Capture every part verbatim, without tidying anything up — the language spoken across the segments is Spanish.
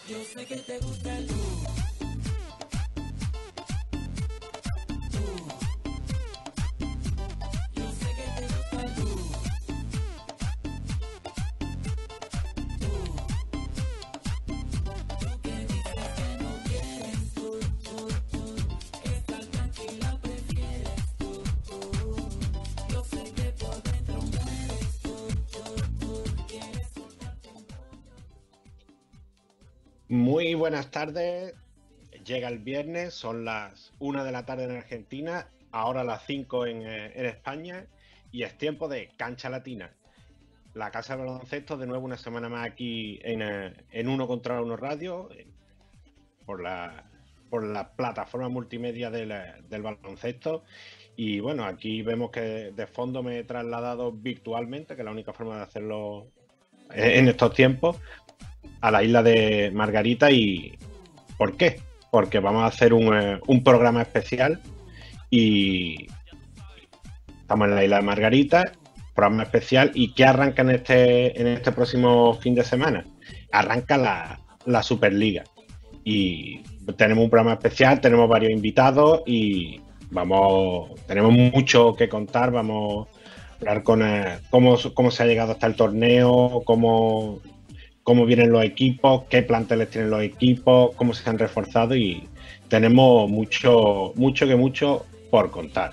Yo sé que te gusta el tú. Yo sé que te gusta el tú. Tú que dices que no quieres tú, tú, tú. Que estar tranquila prefieres tú, tú. Yo sé que por dentro mueres tú, tú, tú. Quieres soltarte un rollo. Muy buenas tardes. Llega el viernes, son las una de la tarde en Argentina, ahora las cinco en, eh, en España, y es tiempo de Cancha Latina. La Casa de Baloncesto, de nuevo una semana más aquí en, eh, en Uno contra Uno Radio, eh, por la, por la plataforma multimedia del, eh, del baloncesto. Y bueno, aquí vemos que de fondo me he trasladado virtualmente, que es la única forma de hacerlo en estos tiempos, a la isla de Margarita. ¿Y por qué? Porque vamos a hacer un, eh, un programa especial y estamos en la isla de Margarita, programa especial. ¿Y qué arranca en este, en este próximo fin de semana? Arranca la, la Superliga y tenemos un programa especial, tenemos varios invitados y vamos, tenemos mucho que contar. Vamos a hablar con eh, cómo, cómo se ha llegado hasta el torneo, cómo cómo vienen los equipos, qué planteles tienen los equipos, cómo se han reforzado, y tenemos mucho, mucho que mucho por contar.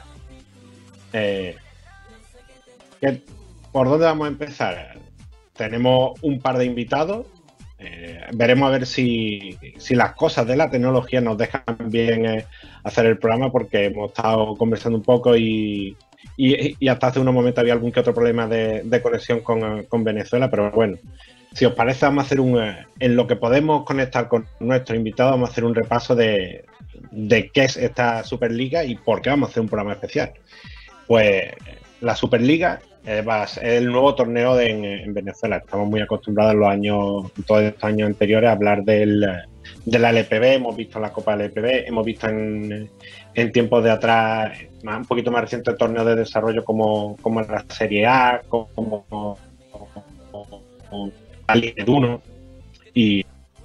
Eh, ¿qué, ¿Por dónde vamos a empezar? Tenemos un par de invitados. Eh, veremos a ver si, si las cosas de la tecnología nos dejan bien eh, hacer el programa, porque hemos estado conversando un poco y, y, y hasta hace unos momentos había algún que otro problema de, de conexión con, con Venezuela, pero bueno. Si os parece, vamos a hacer un... En lo que podemos conectar con nuestros invitados, vamos a hacer un repaso de, de qué es esta Superliga y por qué vamos a hacer un programa especial. Pues la Superliga eh, va a ser el nuevo torneo de, en, en Venezuela. Estamos muy acostumbrados en los años, todos estos años anteriores, a hablar del, de la L P B. Hemos visto la Copa L P B, hemos visto en, en tiempos de atrás, más, un poquito más recientes, torneos de desarrollo como, como la Serie A, como... como, como la Liga uno, y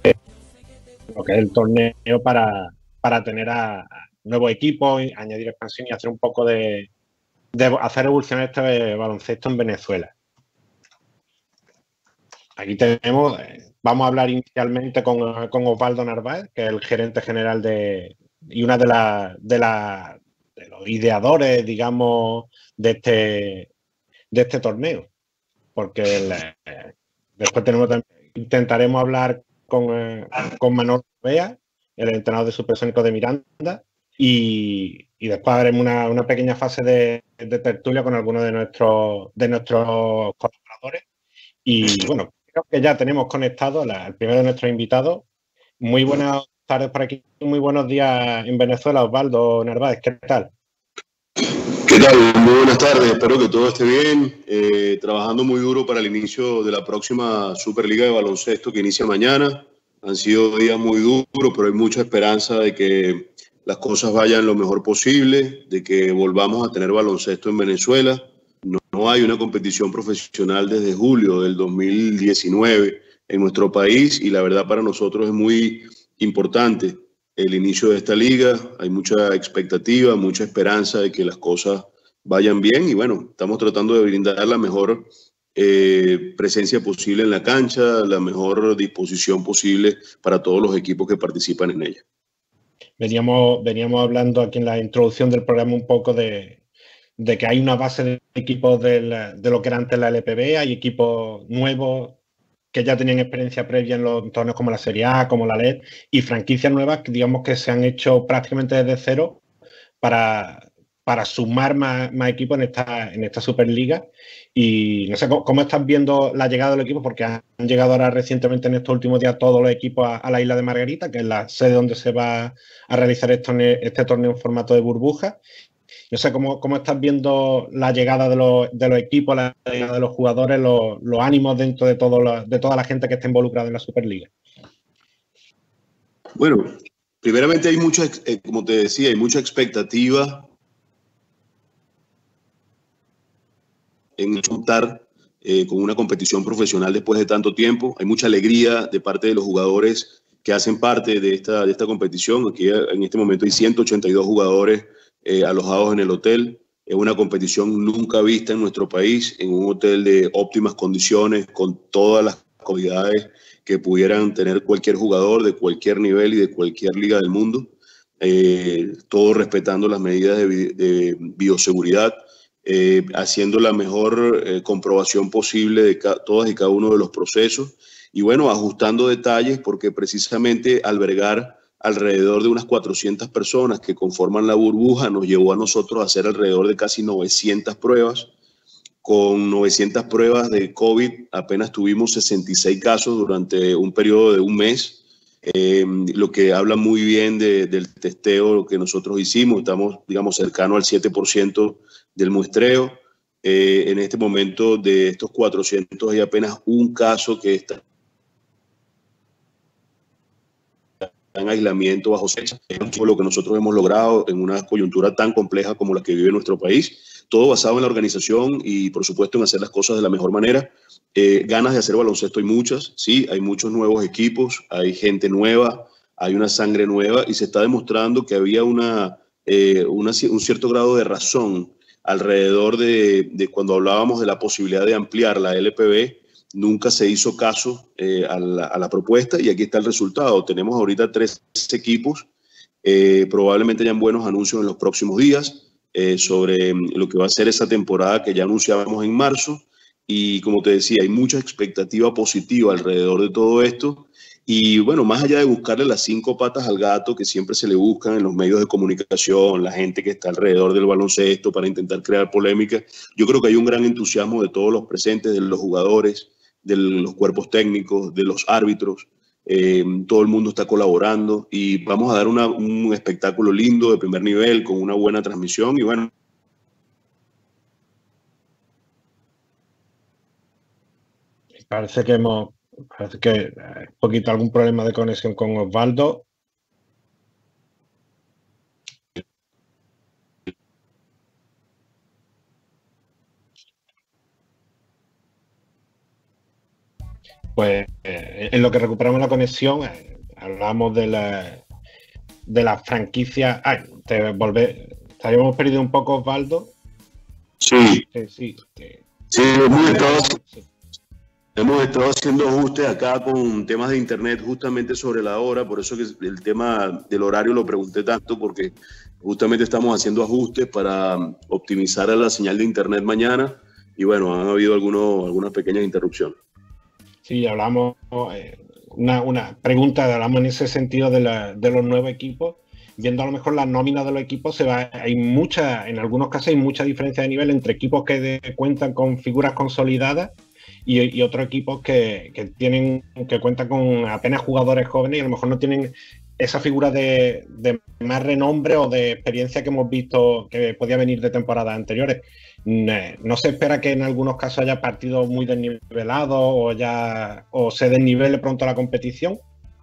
lo que es el torneo para, para tener a, a nuevos equipos, añadir expansión y hacer un poco de, de hacer evolucionar este baloncesto en Venezuela. Aquí tenemos, eh, vamos a hablar inicialmente con, con Osvaldo Narváez, que es el gerente general de y una de, la, de, la, de los ideadores, digamos, de este, de este torneo, porque el, eh, después tenemos también, intentaremos hablar con, eh, con Manolo Bea, el entrenador de Supersónicos de Miranda, y, y después haremos una, una pequeña fase de, de tertulia con algunos de nuestros, de nuestros colaboradores. Y bueno, creo que ya tenemos conectado la, el primero de nuestros invitados. Muy buenas tardes por aquí, muy buenos días en Venezuela, Osvaldo Narváez, ¿qué tal? ¿Qué tal? Muy buenas tardes, espero que todo esté bien. Eh, trabajando muy duro para el inicio de la próxima Superliga de Baloncesto que inicia mañana. Han sido días muy duros, pero hay mucha esperanza de que las cosas vayan lo mejor posible, de que volvamos a tener baloncesto en Venezuela. No, no hay una competición profesional desde julio del dos mil diecinueve en nuestro país, y la verdad para nosotros es muy importante el inicio de esta liga. Hay mucha expectativa, mucha esperanza de que las cosas vayan bien, y bueno, estamos tratando de brindar la mejor eh, presencia posible en la cancha, la mejor disposición posible para todos los equipos que participan en ella. Veníamos, veníamos hablando aquí en la introducción del programa un poco de, de que hay una base de equipos del, de lo que era antes la L P B, hay equipos nuevos que ya tenían experiencia previa en los torneos como la Serie A, como la L E D, y franquicias nuevas que digamos que se han hecho prácticamente desde cero para, para sumar más, más equipos en esta, en esta Superliga. Y no sé, ¿cómo, ¿cómo estás viendo la llegada del equipo? Porque han llegado ahora recientemente en estos últimos días todos los equipos a, a la isla de Margarita, que es la sede donde se va a realizar este, este torneo en formato de burbuja. No sé, ¿cómo, cómo estás viendo la llegada de los, de los equipos, la llegada de los jugadores, los, los ánimos dentro de, todo la, de toda la gente que está involucrada en la Superliga? Bueno, primeramente hay mucha, eh, como te decía, hay mucha expectativa en contar eh, con una competición profesional después de tanto tiempo. Hay mucha alegría de parte de los jugadores que hacen parte de esta, de esta competición. Aquí en este momento hay ciento ochenta y dos jugadores eh, alojados en el hotel. Es una competición nunca vista en nuestro país, en un hotel de óptimas condiciones, con todas las comodidades que pudieran tener cualquier jugador de cualquier nivel y de cualquier liga del mundo. Eh, todo respetando las medidas de, de bioseguridad, eh, haciendo la mejor eh, comprobación posible de todas y cada uno de los procesos y bueno, ajustando detalles porque precisamente albergar alrededor de unas cuatrocientas personas que conforman la burbuja nos llevó a nosotros a hacer alrededor de casi novecientas pruebas. Con novecientas pruebas de COVID apenas tuvimos sesenta y seis casos durante un periodo de un mes. Eh, lo que habla muy bien de, del testeo que nosotros hicimos. Estamos, digamos, cercanos al siete por ciento del muestreo. Eh, en este momento, de estos cuatrocientos, hay apenas un caso que está en aislamiento bajo fecha. Es lo que nosotros hemos logrado en una coyuntura tan compleja como la que vive nuestro país. Todo basado en la organización y, por supuesto, en hacer las cosas de la mejor manera. Eh, ganas de hacer baloncesto hay muchas, sí, hay muchos nuevos equipos, hay gente nueva, hay una sangre nueva y se está demostrando que había una, eh, una, un cierto grado de razón alrededor de, de cuando hablábamos de la posibilidad de ampliar la L P B. Nunca se hizo caso eh, a, la, a la propuesta y aquí está el resultado. Tenemos ahorita tres equipos, eh, probablemente hayan buenos anuncios en los próximos días eh, sobre lo que va a ser esa temporada que ya anunciábamos en marzo. Y como te decía, hay mucha expectativa positiva alrededor de todo esto. Y bueno, más allá de buscarle las cinco patas al gato que siempre se le buscan en los medios de comunicación, la gente que está alrededor del baloncesto para intentar crear polémica, yo creo que hay un gran entusiasmo de todos los presentes, de los jugadores, de los cuerpos técnicos, de los árbitros. Eh, todo el mundo está colaborando y vamos a dar una, un espectáculo lindo de primer nivel con una buena transmisión y bueno. Parece que hemos, parece que un poquito algún problema de conexión con Osvaldo. Pues eh, en lo que recuperamos la conexión, eh, hablamos de la, de la franquicia. Ah, te volvé, te habíamos perdido un poco, Osvaldo. Sí, sí, sí. Te, sí, hemos estado, sí. Hemos estado haciendo ajustes acá con temas de internet justamente sobre la hora, por eso que el tema del horario lo pregunté tanto, porque justamente estamos haciendo ajustes para optimizar la señal de internet mañana y bueno, han habido algunos, algunas pequeñas interrupciones. Sí, hablamos, eh, una, una pregunta, hablamos en ese sentido de, la, de los nuevos equipos, viendo a lo mejor la nómina de los equipos, se va, hay mucha, en algunos casos hay mucha diferencia de nivel entre equipos que de, cuentan con figuras consolidadas y, y otros equipos que, que tienen, que cuentan con apenas jugadores jóvenes y a lo mejor no tienen esa figura de, de más renombre o de experiencia que hemos visto que podía venir de temporadas anteriores. No se espera que en algunos casos haya partidos muy desnivelados o, ya, o se desnivele pronto la competición.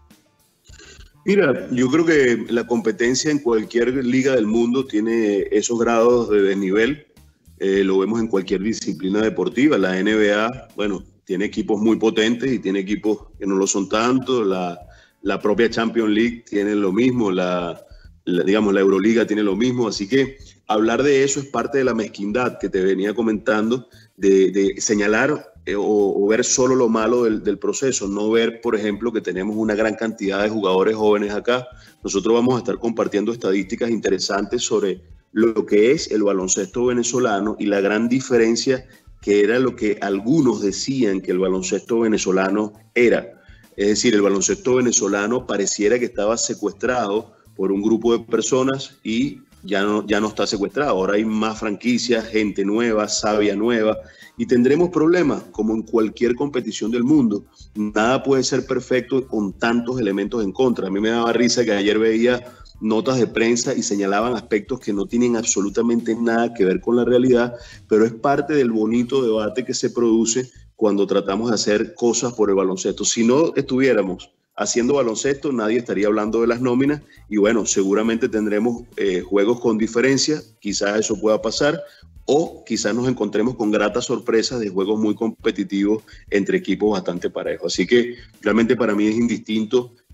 Mira, yo creo que la competencia en cualquier liga del mundo tiene esos grados de desnivel. Eh, lo vemos en cualquier disciplina deportiva. La N B A, bueno, tiene equipos muy potentes y tiene equipos que no lo son tanto. La, la propia Champions League tiene lo mismo. La, la, digamos, la Euroliga tiene lo mismo. Así que hablar de eso es parte de la mezquindad que te venía comentando, de, de señalar eh, o, o ver solo lo malo del, del proceso, no ver, por ejemplo, que tenemos una gran cantidad de jugadores jóvenes acá. Nosotros vamos a estar compartiendo estadísticas interesantes sobre lo que es el baloncesto venezolano y la gran diferencia que era lo que algunos decían que el baloncesto venezolano era. Es decir, el baloncesto venezolano pareciera que estaba secuestrado por un grupo de personas y ya no, ya no está secuestrado. Ahora hay más franquicias, gente nueva, savia nueva y tendremos problemas como en cualquier competición del mundo. Nada puede ser perfecto con tantos elementos en contra. A mí me daba risa que ayer veía notas de prensa y señalaban aspectos que no tienen absolutamente nada que ver con la realidad, pero es parte del bonito debate que se produce cuando tratamos de hacer cosas por el baloncesto. Si no estuviéramos haciendo baloncesto, nadie estaría hablando de las nóminas y bueno, seguramente tendremos eh, juegos con diferencia, quizás eso pueda pasar o quizás nos encontremos con gratas sorpresas de juegos muy competitivos entre equipos bastante parejos. Así que realmente para mí es indistinto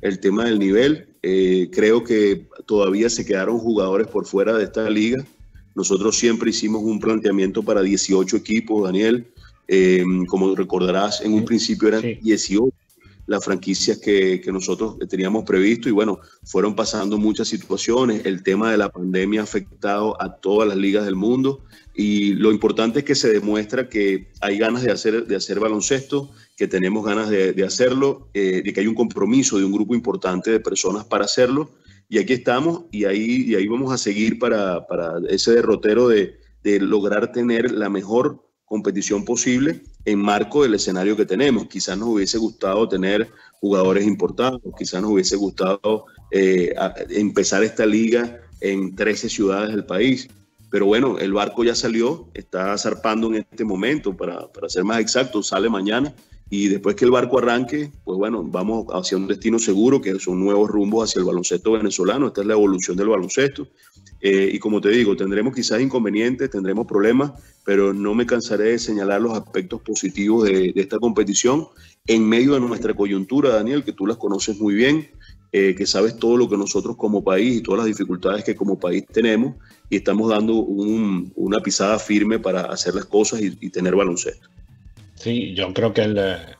el tema del nivel. Eh, creo que todavía se quedaron jugadores por fuera de esta liga. Nosotros siempre hicimos un planteamiento para dieciocho equipos, Daniel. Eh, como recordarás, en un principio eran sí. dieciocho las franquicias que, que nosotros teníamos previsto y bueno, fueron pasando muchas situaciones. El tema de la pandemia ha afectado a todas las ligas del mundo y lo importante es que se demuestra que hay ganas de hacer, de hacer baloncesto, que tenemos ganas de, de hacerlo, eh, de que hay un compromiso de un grupo importante de personas para hacerlo y aquí estamos y ahí, y ahí vamos a seguir para, para ese derrotero de, de lograr tener la mejor competición posible en marco del escenario que tenemos. Quizás nos hubiese gustado tener jugadores importados, quizás nos hubiese gustado eh, empezar esta liga en trece ciudades del país, pero bueno, el barco ya salió, está zarpando en este momento, para, para ser más exacto, sale mañana y después que el barco arranque, pues bueno, vamos hacia un destino seguro, que son nuevos rumbos hacia el baloncesto venezolano. Esta es la evolución del baloncesto. Eh, y como te digo, tendremos quizás inconvenientes, tendremos problemas, pero no me cansaré de señalar los aspectos positivos de, de esta competición en medio de nuestra coyuntura, Daniel, que tú las conoces muy bien, eh, que sabes todo lo que nosotros como país y todas las dificultades que como país tenemos y estamos dando un, una pisada firme para hacer las cosas y, y tener baloncesto. Sí, yo creo que el,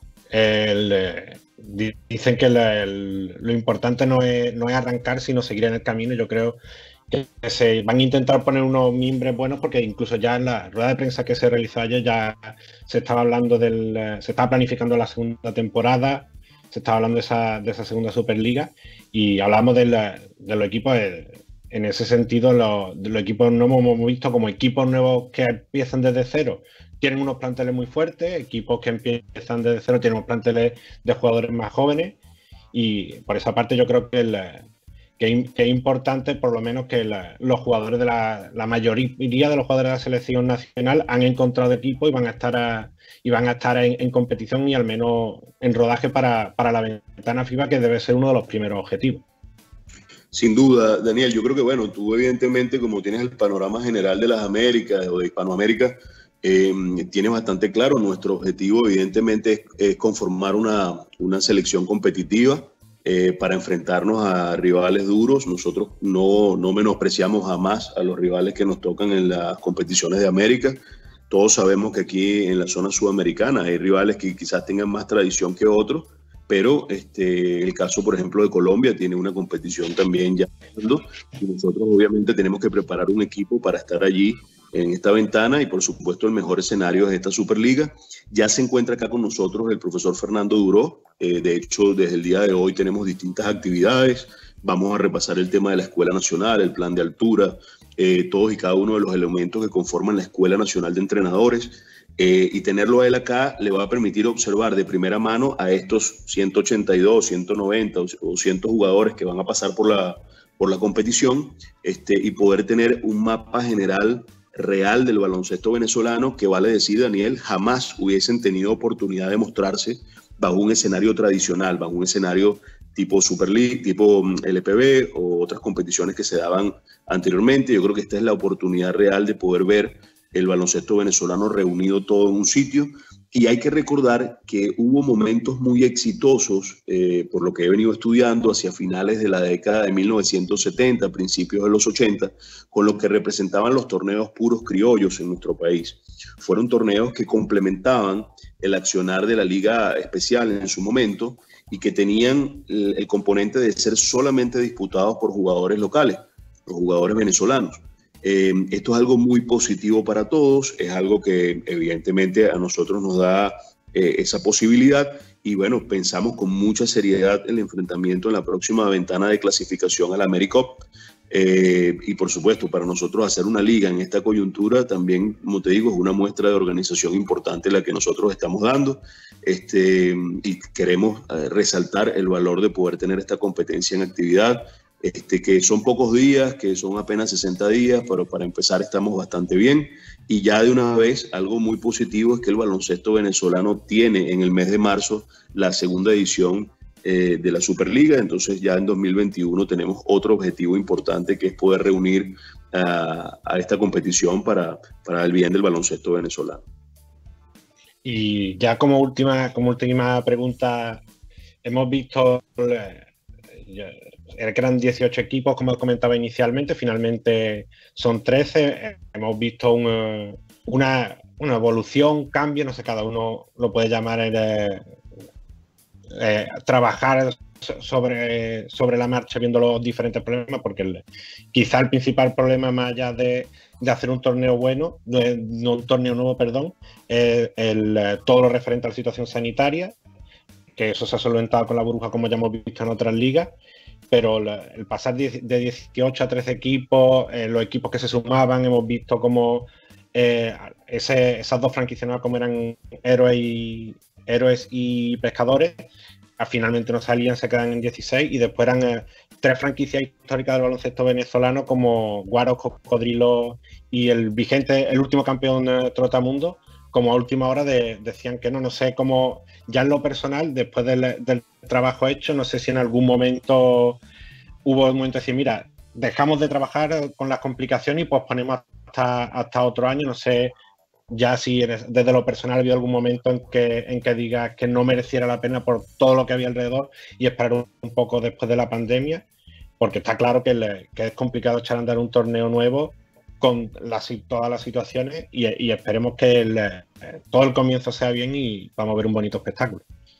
el, dicen que el, el, lo importante no es, no es arrancar, sino seguir en el camino. Yo creo que se van a intentar poner unos mimbres buenos porque incluso ya en la rueda de prensa que se realizó ayer ya se estaba hablando del, se estaba planificando la segunda temporada, se estaba hablando de esa, de esa segunda Superliga y hablamos de, la, de los equipos, en ese sentido los, de los equipos nuevos hemos visto como equipos nuevos que empiezan desde cero. Tienen unos planteles muy fuertes, equipos que empiezan desde cero tienen unos planteles de jugadores más jóvenes y por esa parte yo creo que, el, que, que es importante por lo menos que la, los jugadores de la, la mayoría de los jugadores de la selección nacional han encontrado equipo y van a estar, a, y van a estar en, en competición y al menos en rodaje para, para la ventana FIBA, que debe ser uno de los primeros objetivos. Sin duda, Daniel, yo creo que bueno, tú evidentemente como tienes el panorama general de las Américas o de Hispanoamérica, Eh, tiene bastante claro, nuestro objetivo evidentemente es, es conformar una, una selección competitiva eh, para enfrentarnos a rivales duros. Nosotros no, no menospreciamos jamás a los rivales que nos tocan en las competiciones de América. Todos sabemos que aquí en la zona sudamericana hay rivales que quizás tengan más tradición que otros, pero este, el caso, por ejemplo, de Colombia tiene una competición también ya, y nosotros obviamente tenemos que preparar un equipo para estar allí en esta ventana y por supuesto el mejor escenario es esta Superliga. Ya se encuentra acá con nosotros el profesor Fernando Duró, eh, de hecho desde el día de hoy tenemos distintas actividades, vamos a repasar el tema de la Escuela Nacional, el plan de altura, eh, todos y cada uno de los elementos que conforman la Escuela Nacional de Entrenadores, eh, y tenerlo a él acá le va a permitir observar de primera mano a estos ciento ochenta y dos, ciento noventa o doscientos jugadores que van a pasar por la, por la competición, este, y poder tener un mapa general real del baloncesto venezolano que, vale decir, Daniel, jamás hubiesen tenido oportunidad de mostrarse bajo un escenario tradicional, bajo un escenario tipo Super League, tipo L P B o otras competiciones que se daban anteriormente. Yo creo que esta es la oportunidad real de poder ver el baloncesto venezolano reunido todo en un sitio. Y hay que recordar que hubo momentos muy exitosos, eh, por lo que he venido estudiando, hacia finales de la década de mil novecientos setenta, principios de los ochenta, con lo que representaban los torneos puros criollos en nuestro país. Fueron torneos que complementaban el accionar de la Liga Especial en su momento y que tenían el, el componente de ser solamente disputados por jugadores locales, los jugadores venezolanos. Eh, esto es algo muy positivo para todos, es algo que evidentemente a nosotros nos da eh, esa posibilidad y bueno, pensamos con mucha seriedad el enfrentamiento en la próxima ventana de clasificación a la AmeriCup. Eh, y por supuesto, para nosotros hacer una liga en esta coyuntura también, como te digo, es una muestra de organización importante la que nosotros estamos dando, este, y queremos eh, resaltar el valor de poder tener esta competencia en actividad. Este, que son pocos días, que son apenas sesenta días, pero para empezar estamos bastante bien. Y ya de una vez, algo muy positivo es que el baloncesto venezolano tiene en el mes de marzo la segunda edición eh, de la Superliga. Entonces ya en dos mil veintiuno tenemos otro objetivo importante, que es poder reunir a, a esta competición para, para el bien del baloncesto venezolano. Y ya como última, como última pregunta, hemos visto eran dieciocho equipos, como comentaba inicialmente, finalmente son trece. Hemos visto una, una, una evolución, cambio, no sé, cada uno lo puede llamar eh, eh, trabajar sobre, sobre la marcha viendo los diferentes problemas, porque el, quizá el principal problema, más allá de, de hacer un torneo bueno, de, no un torneo nuevo, perdón, es el, todo lo referente a la situación sanitaria, que eso se ha solventado con la burbuja, como ya hemos visto en otras ligas, pero la, el pasar de dieciocho a trece equipos, eh, los equipos que se sumaban, hemos visto como eh, ese, esas dos franquicias como eran héroes y, héroes y pescadores, finalmente no salían, se quedan en dieciséis, y después eran eh, tres franquicias históricas del baloncesto venezolano como Guaros, Cocodrilo y el vigente, el último campeón eh, Trotamundo, como a última hora de, decían que no, no sé cómo, ya en lo personal, después del, del trabajo hecho, no sé si en algún momento hubo un momento de decir, mira, dejamos de trabajar con las complicaciones y pues ponemos hasta, hasta otro año, no sé. Ya si desde lo personal ha habido algún momento en que, en que digas que no mereciera la pena por todo lo que había alrededor y esperar un, un poco después de la pandemia, porque está claro que, le, que es complicado echar a andar un torneo nuevo con las, todas las situaciones y, y esperemos que el, todo el comienzo sea bien y vamos a ver un bonito espectáculo.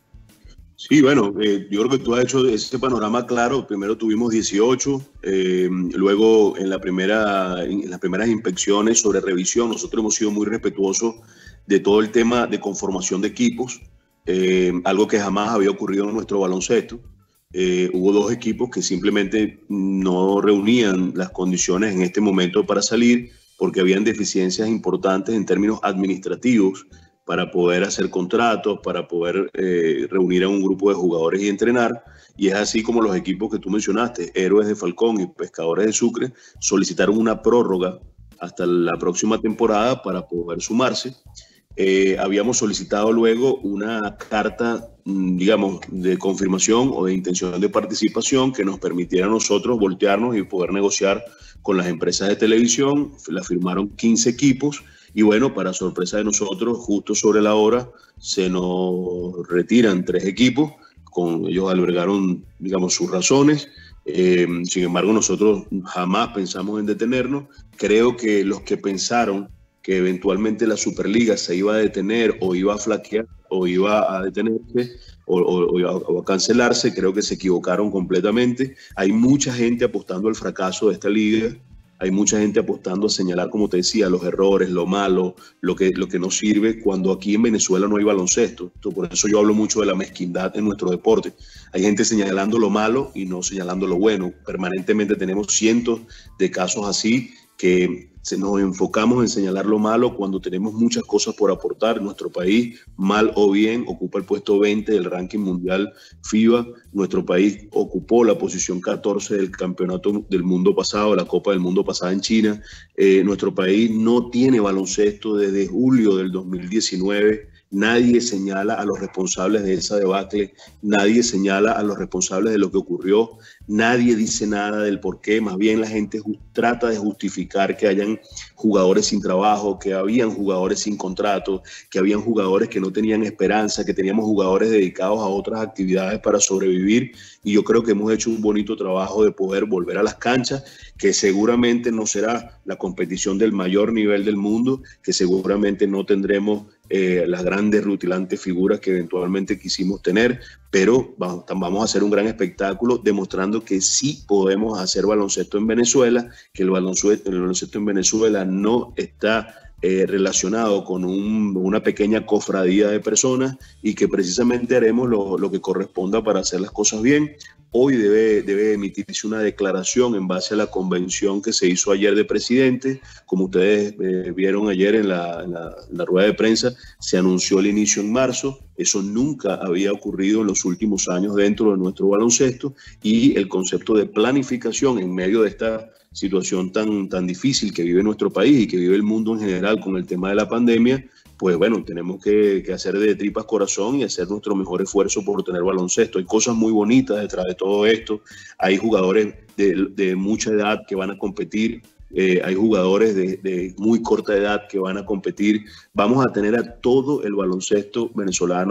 Sí, bueno, eh, yo creo que tú has hecho ese panorama claro. Primero tuvimos dieciocho, eh, luego en, la primera, en las primeras inspecciones sobre revisión, nosotros hemos sido muy respetuosos de todo el tema de conformación de equipos, eh, algo que jamás había ocurrido en nuestro baloncesto. Eh, hubo dos equipos que simplemente no reunían las condiciones en este momento para salir porque habían deficiencias importantes en términos administrativos para poder hacer contratos, para poder eh, reunir a un grupo de jugadores y entrenar. Y es así como los equipos que tú mencionaste, Héroes de Falcón y Pescadores de Sucre, solicitaron una prórroga hasta la próxima temporada para poder sumarse. Eh, habíamos solicitado luego una carta, digamos, de confirmación o de intención de participación que nos permitiera a nosotros voltearnos y poder negociar con las empresas de televisión. La firmaron quince equipos. Y bueno, para sorpresa de nosotros, justo sobre la hora se nos retiran tres equipos, con ellos albergaron, digamos, sus razones. Eh, sin embargo, nosotros jamás pensamos en detenernos. Creo que los que pensaron que eventualmente la Superliga se iba a detener o iba a flaquear o iba a detenerse o, o, o, a, o a cancelarse, creo que se equivocaron completamente. Hay mucha gente apostando al fracaso de esta liga. Hay mucha gente apostando a señalar, como te decía, los errores, lo malo, lo que, lo que no sirve, cuando aquí en Venezuela no hay baloncesto. Por eso yo hablo mucho de la mezquindad en nuestro deporte. Hay gente señalando lo malo y no señalando lo bueno. Permanentemente tenemos cientos de casos así que se nos enfocamos en señalar lo malo cuando tenemos muchas cosas por aportar. Nuestro país, mal o bien, ocupa el puesto veinte del ranking mundial FIBA. Nuestro país ocupó la posición catorce del campeonato del mundo pasado, la Copa del Mundo pasada en China. Eh, nuestro país no tiene baloncesto desde julio del dos mil diecinueve. Nadie señala a los responsables de esa debacle, nadie señala a los responsables de lo que ocurrió, nadie dice nada del por qué. Más bien la gente trata de justificar que hayan jugadores sin trabajo, que habían jugadores sin contrato, que habían jugadores que no tenían esperanza, que teníamos jugadores dedicados a otras actividades para sobrevivir. Y yo creo que hemos hecho un bonito trabajo de poder volver a las canchas, que seguramente no será la competición del mayor nivel del mundo, que seguramente no tendremos eh, las grandes rutilantes figuras que eventualmente quisimos tener, pero vamos, vamos a hacer un gran espectáculo demostrando que sí podemos hacer baloncesto en Venezuela, que el baloncesto, el baloncesto en Venezuela no está eh, relacionado con un, una pequeña cofradía de personas y que precisamente haremos lo, lo que corresponda para hacer las cosas bien. Hoy debe, debe emitirse una declaración en base a la convención que se hizo ayer de presidente. Como ustedes eh, vieron ayer en la, en, la, en la rueda de prensa, se anunció el inicio en marzo. Eso nunca había ocurrido en los últimos años dentro de nuestro baloncesto, y el concepto de planificación en medio de esta situación tan, tan difícil que vive nuestro país y que vive el mundo en general con el tema de la pandemia, pues bueno, tenemos que, que hacer de tripas corazón y hacer nuestro mejor esfuerzo por tener baloncesto. Hay cosas muy bonitas detrás de todo esto. Hay jugadores de, de mucha edad que van a competir. Eh, hay jugadores de, de muy corta edad que van a competir. Vamos a tener a todo el baloncesto venezolano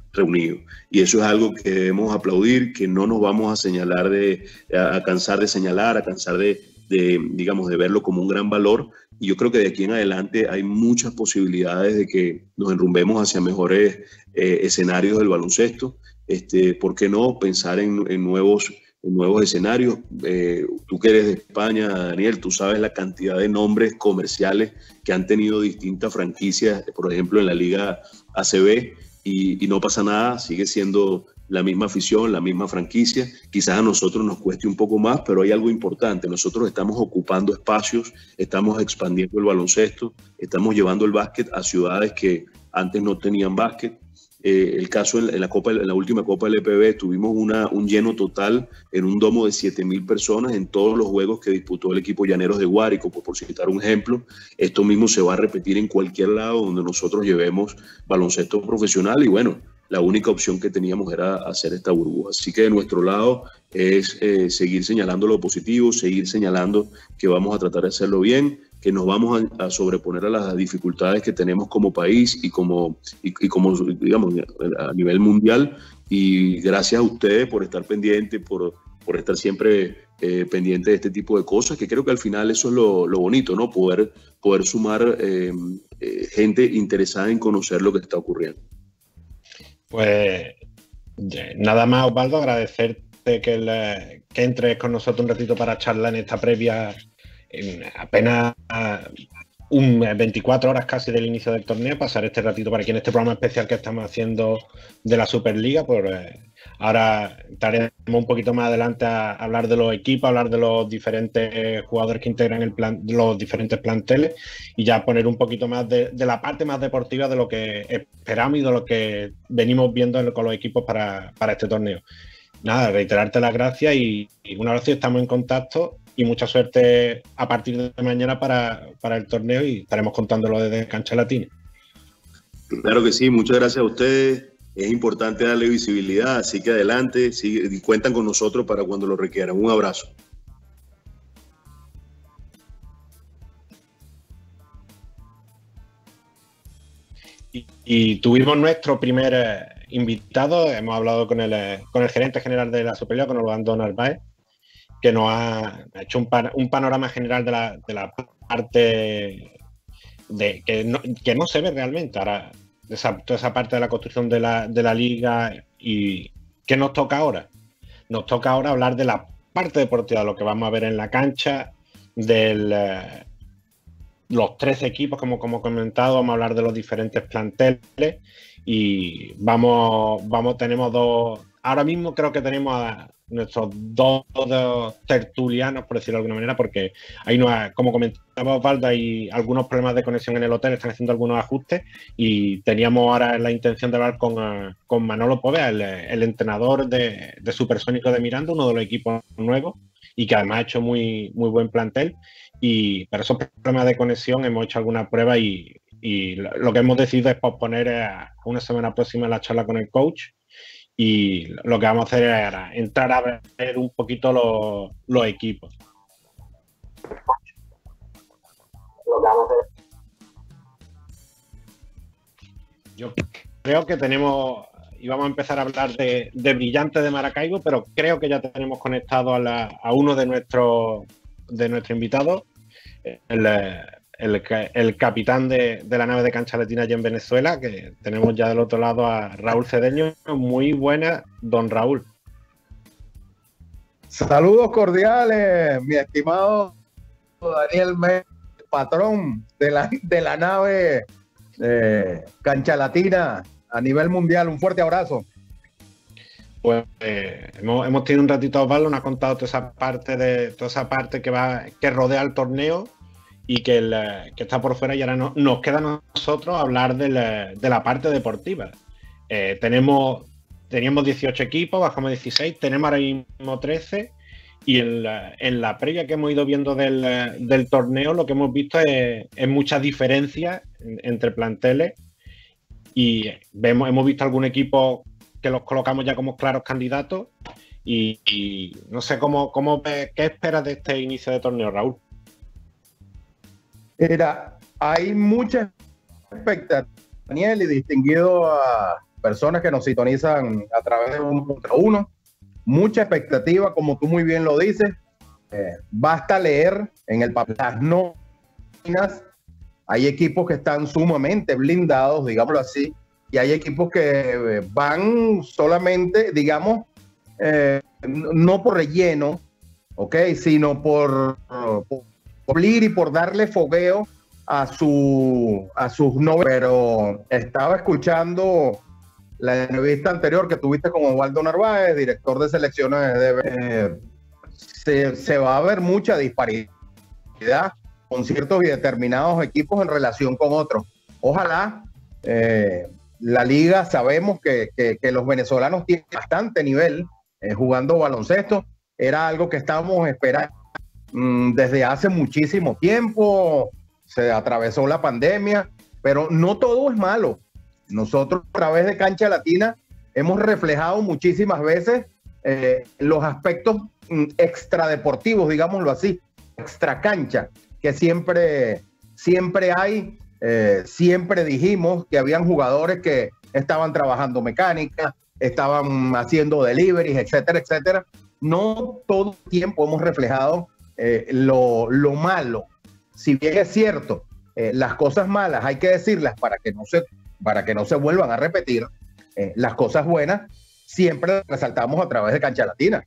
reunidos. Y eso es algo que debemos aplaudir, que no nos vamos a señalar de, a cansar de señalar, a cansar de, de, digamos, de verlo como un gran valor. Y yo creo que de aquí en adelante hay muchas posibilidades de que nos enrumbemos hacia mejores eh, escenarios del baloncesto. Este, ¿por qué no pensar en, en nuevos, en nuevos escenarios? Eh, tú que eres de España, Daniel, tú sabes la cantidad de nombres comerciales que han tenido distintas franquicias, por ejemplo, en la Liga A C B. Y, y no pasa nada, sigue siendo la misma afición, la misma franquicia. Quizás a nosotros nos cueste un poco más, pero hay algo importante. Nosotros estamos ocupando espacios, estamos expandiendo el baloncesto, estamos llevando el básquet a ciudades que antes no tenían básquet. Eh, el caso en la, en la Copa, en la última Copa L P B tuvimos una, un lleno total en un domo de siete mil personas en todos los juegos que disputó el equipo Llaneros de Guárico, por, por citar un ejemplo. Esto mismo se va a repetir en cualquier lado donde nosotros llevemos baloncesto profesional y bueno, la única opción que teníamos era hacer esta burbuja. Así que de nuestro lado es eh, seguir señalando lo positivo, seguir señalando que vamos a tratar de hacerlo bien, que nos vamos a, a sobreponer a las dificultades que tenemos como país y como, y, y como, digamos, a nivel mundial. Y gracias a ustedes por estar pendientes, por, por estar siempre eh, pendientes de este tipo de cosas, que creo que al final eso es lo, lo bonito, ¿no? Poder, poder sumar eh, eh, gente interesada en conocer lo que está ocurriendo. Pues nada más, Osvaldo, agradecerte que, el, que entres con nosotros un ratito para charlar en esta previa, en apenas un veinticuatro horas casi del inicio del torneo, pasar este ratito para aquí en este programa especial que estamos haciendo de la Superliga. Pues eh, ahora estaremos un poquito más adelante a hablar de los equipos, a hablar de los diferentes jugadores que integran el plan, los diferentes planteles y ya poner un poquito más de, de la parte más deportiva de lo que esperamos y de lo que venimos viendo con los equipos para, para este torneo. Nada, reiterarte las gracias y, y un abrazo, estamos en contacto y mucha suerte a partir de mañana para, para el torneo y estaremos contándolo desde Cancha Latina. Claro que sí, muchas gracias a ustedes. Es importante darle visibilidad, así que adelante, sigue, y cuentan con nosotros para cuando lo requieran. Un abrazo. Y, y tuvimos nuestro primer eh, invitado, hemos hablado con el, eh, con el gerente general de la Superliga, con Orlando Narváez, que nos ha hecho un, pan, un panorama general de la, de la parte de, que, no, que no se ve realmente ahora, esa, toda esa parte de la construcción de la, de la liga. Y ¿qué nos toca ahora? Nos toca ahora hablar de la parte deportiva, lo que vamos a ver en la cancha, del... Eh, los trece equipos, como, como he comentado, vamos a hablar de los diferentes planteles y vamos, vamos, tenemos dos, ahora mismo creo que tenemos a nuestros dos, dos tertulianos, por decirlo de alguna manera, porque hay una, como comentaba Osvaldo, hay algunos problemas de conexión en el hotel, están haciendo algunos ajustes y teníamos ahora la intención de hablar con, con Manolo Poveda, el, el entrenador de, de Supersónico de Miranda, uno de los equipos nuevos y que además ha hecho muy, muy buen plantel. Y para esos problemas de conexión hemos hecho alguna prueba y, y lo que hemos decidido es posponer a una semana próxima la charla con el coach y lo que vamos a hacer es entrar a ver un poquito los, los equipos. Lo que vamos a hacer. Yo creo que tenemos, y vamos a empezar a hablar de, de Brillantes de Maracaibo, pero creo que ya tenemos conectado a, la, a uno de nuestros de nuestro invitado, el, el, el capitán de, de la nave de Cancha Latina allí en Venezuela, que tenemos ya del otro lado a Raúl Cedeño. Muy buena, don Raúl. Saludos cordiales, mi estimado Daniel Méndez, patrón de la, de la nave eh, Cancha Latina a nivel mundial. Un fuerte abrazo. Pues eh, hemos, hemos tenido un ratito a Osvaldo, nos ha contado toda esa parte de toda esa parte que va que rodea el torneo y que, el, que está por fuera, y ahora no, nos queda a nosotros hablar de la, de la parte deportiva. Eh, tenemos teníamos dieciocho equipos, bajamos a dieciséis, tenemos ahora mismo trece y en la, en la previa que hemos ido viendo del, del torneo lo que hemos visto es, es muchas diferencias entre planteles y vemos hemos visto algún equipo que los colocamos ya como claros candidatos y, y no sé cómo, cómo qué esperas de este inicio de torneo, Raúl. Mira, hay mucha expectativa, Daniel, y distinguido a, personas que nos sintonizan a través de uno contra uno. Mucha expectativa, como tú muy bien lo dices. Eh, basta leer en el papel las nóminas. Hay equipos que están sumamente blindados, digámoslo así, y hay equipos que van solamente, digamos, eh, no por relleno, ¿ok? Sino por, por cumplir y por darle fogueo a, su, a sus novelas. Pero estaba escuchando la entrevista anterior que tuviste con Osvaldo Narváez, director de selecciones de... Eh, se, se va a ver mucha disparidad con ciertos y determinados equipos en relación con otros. Ojalá eh, la liga, sabemos que, que, que los venezolanos tienen bastante nivel eh, jugando baloncesto. Era algo que estábamos esperando mmm, desde hace muchísimo tiempo. Se atravesó la pandemia, pero no todo es malo. Nosotros a través de Cancha Latina hemos reflejado muchísimas veces eh, los aspectos mm, extradeportivos, digámoslo así, extra cancha, que siempre, siempre hay. Eh, siempre dijimos que habían jugadores que estaban trabajando mecánica, estaban haciendo deliveries, etcétera, etcétera. No todo el tiempo hemos reflejado eh, lo, lo malo. Si bien es cierto, eh, las cosas malas hay que decirlas para que no se, para que no se vuelvan a repetir, eh, las cosas buenas siempre las resaltamos a través de Cancha Latina.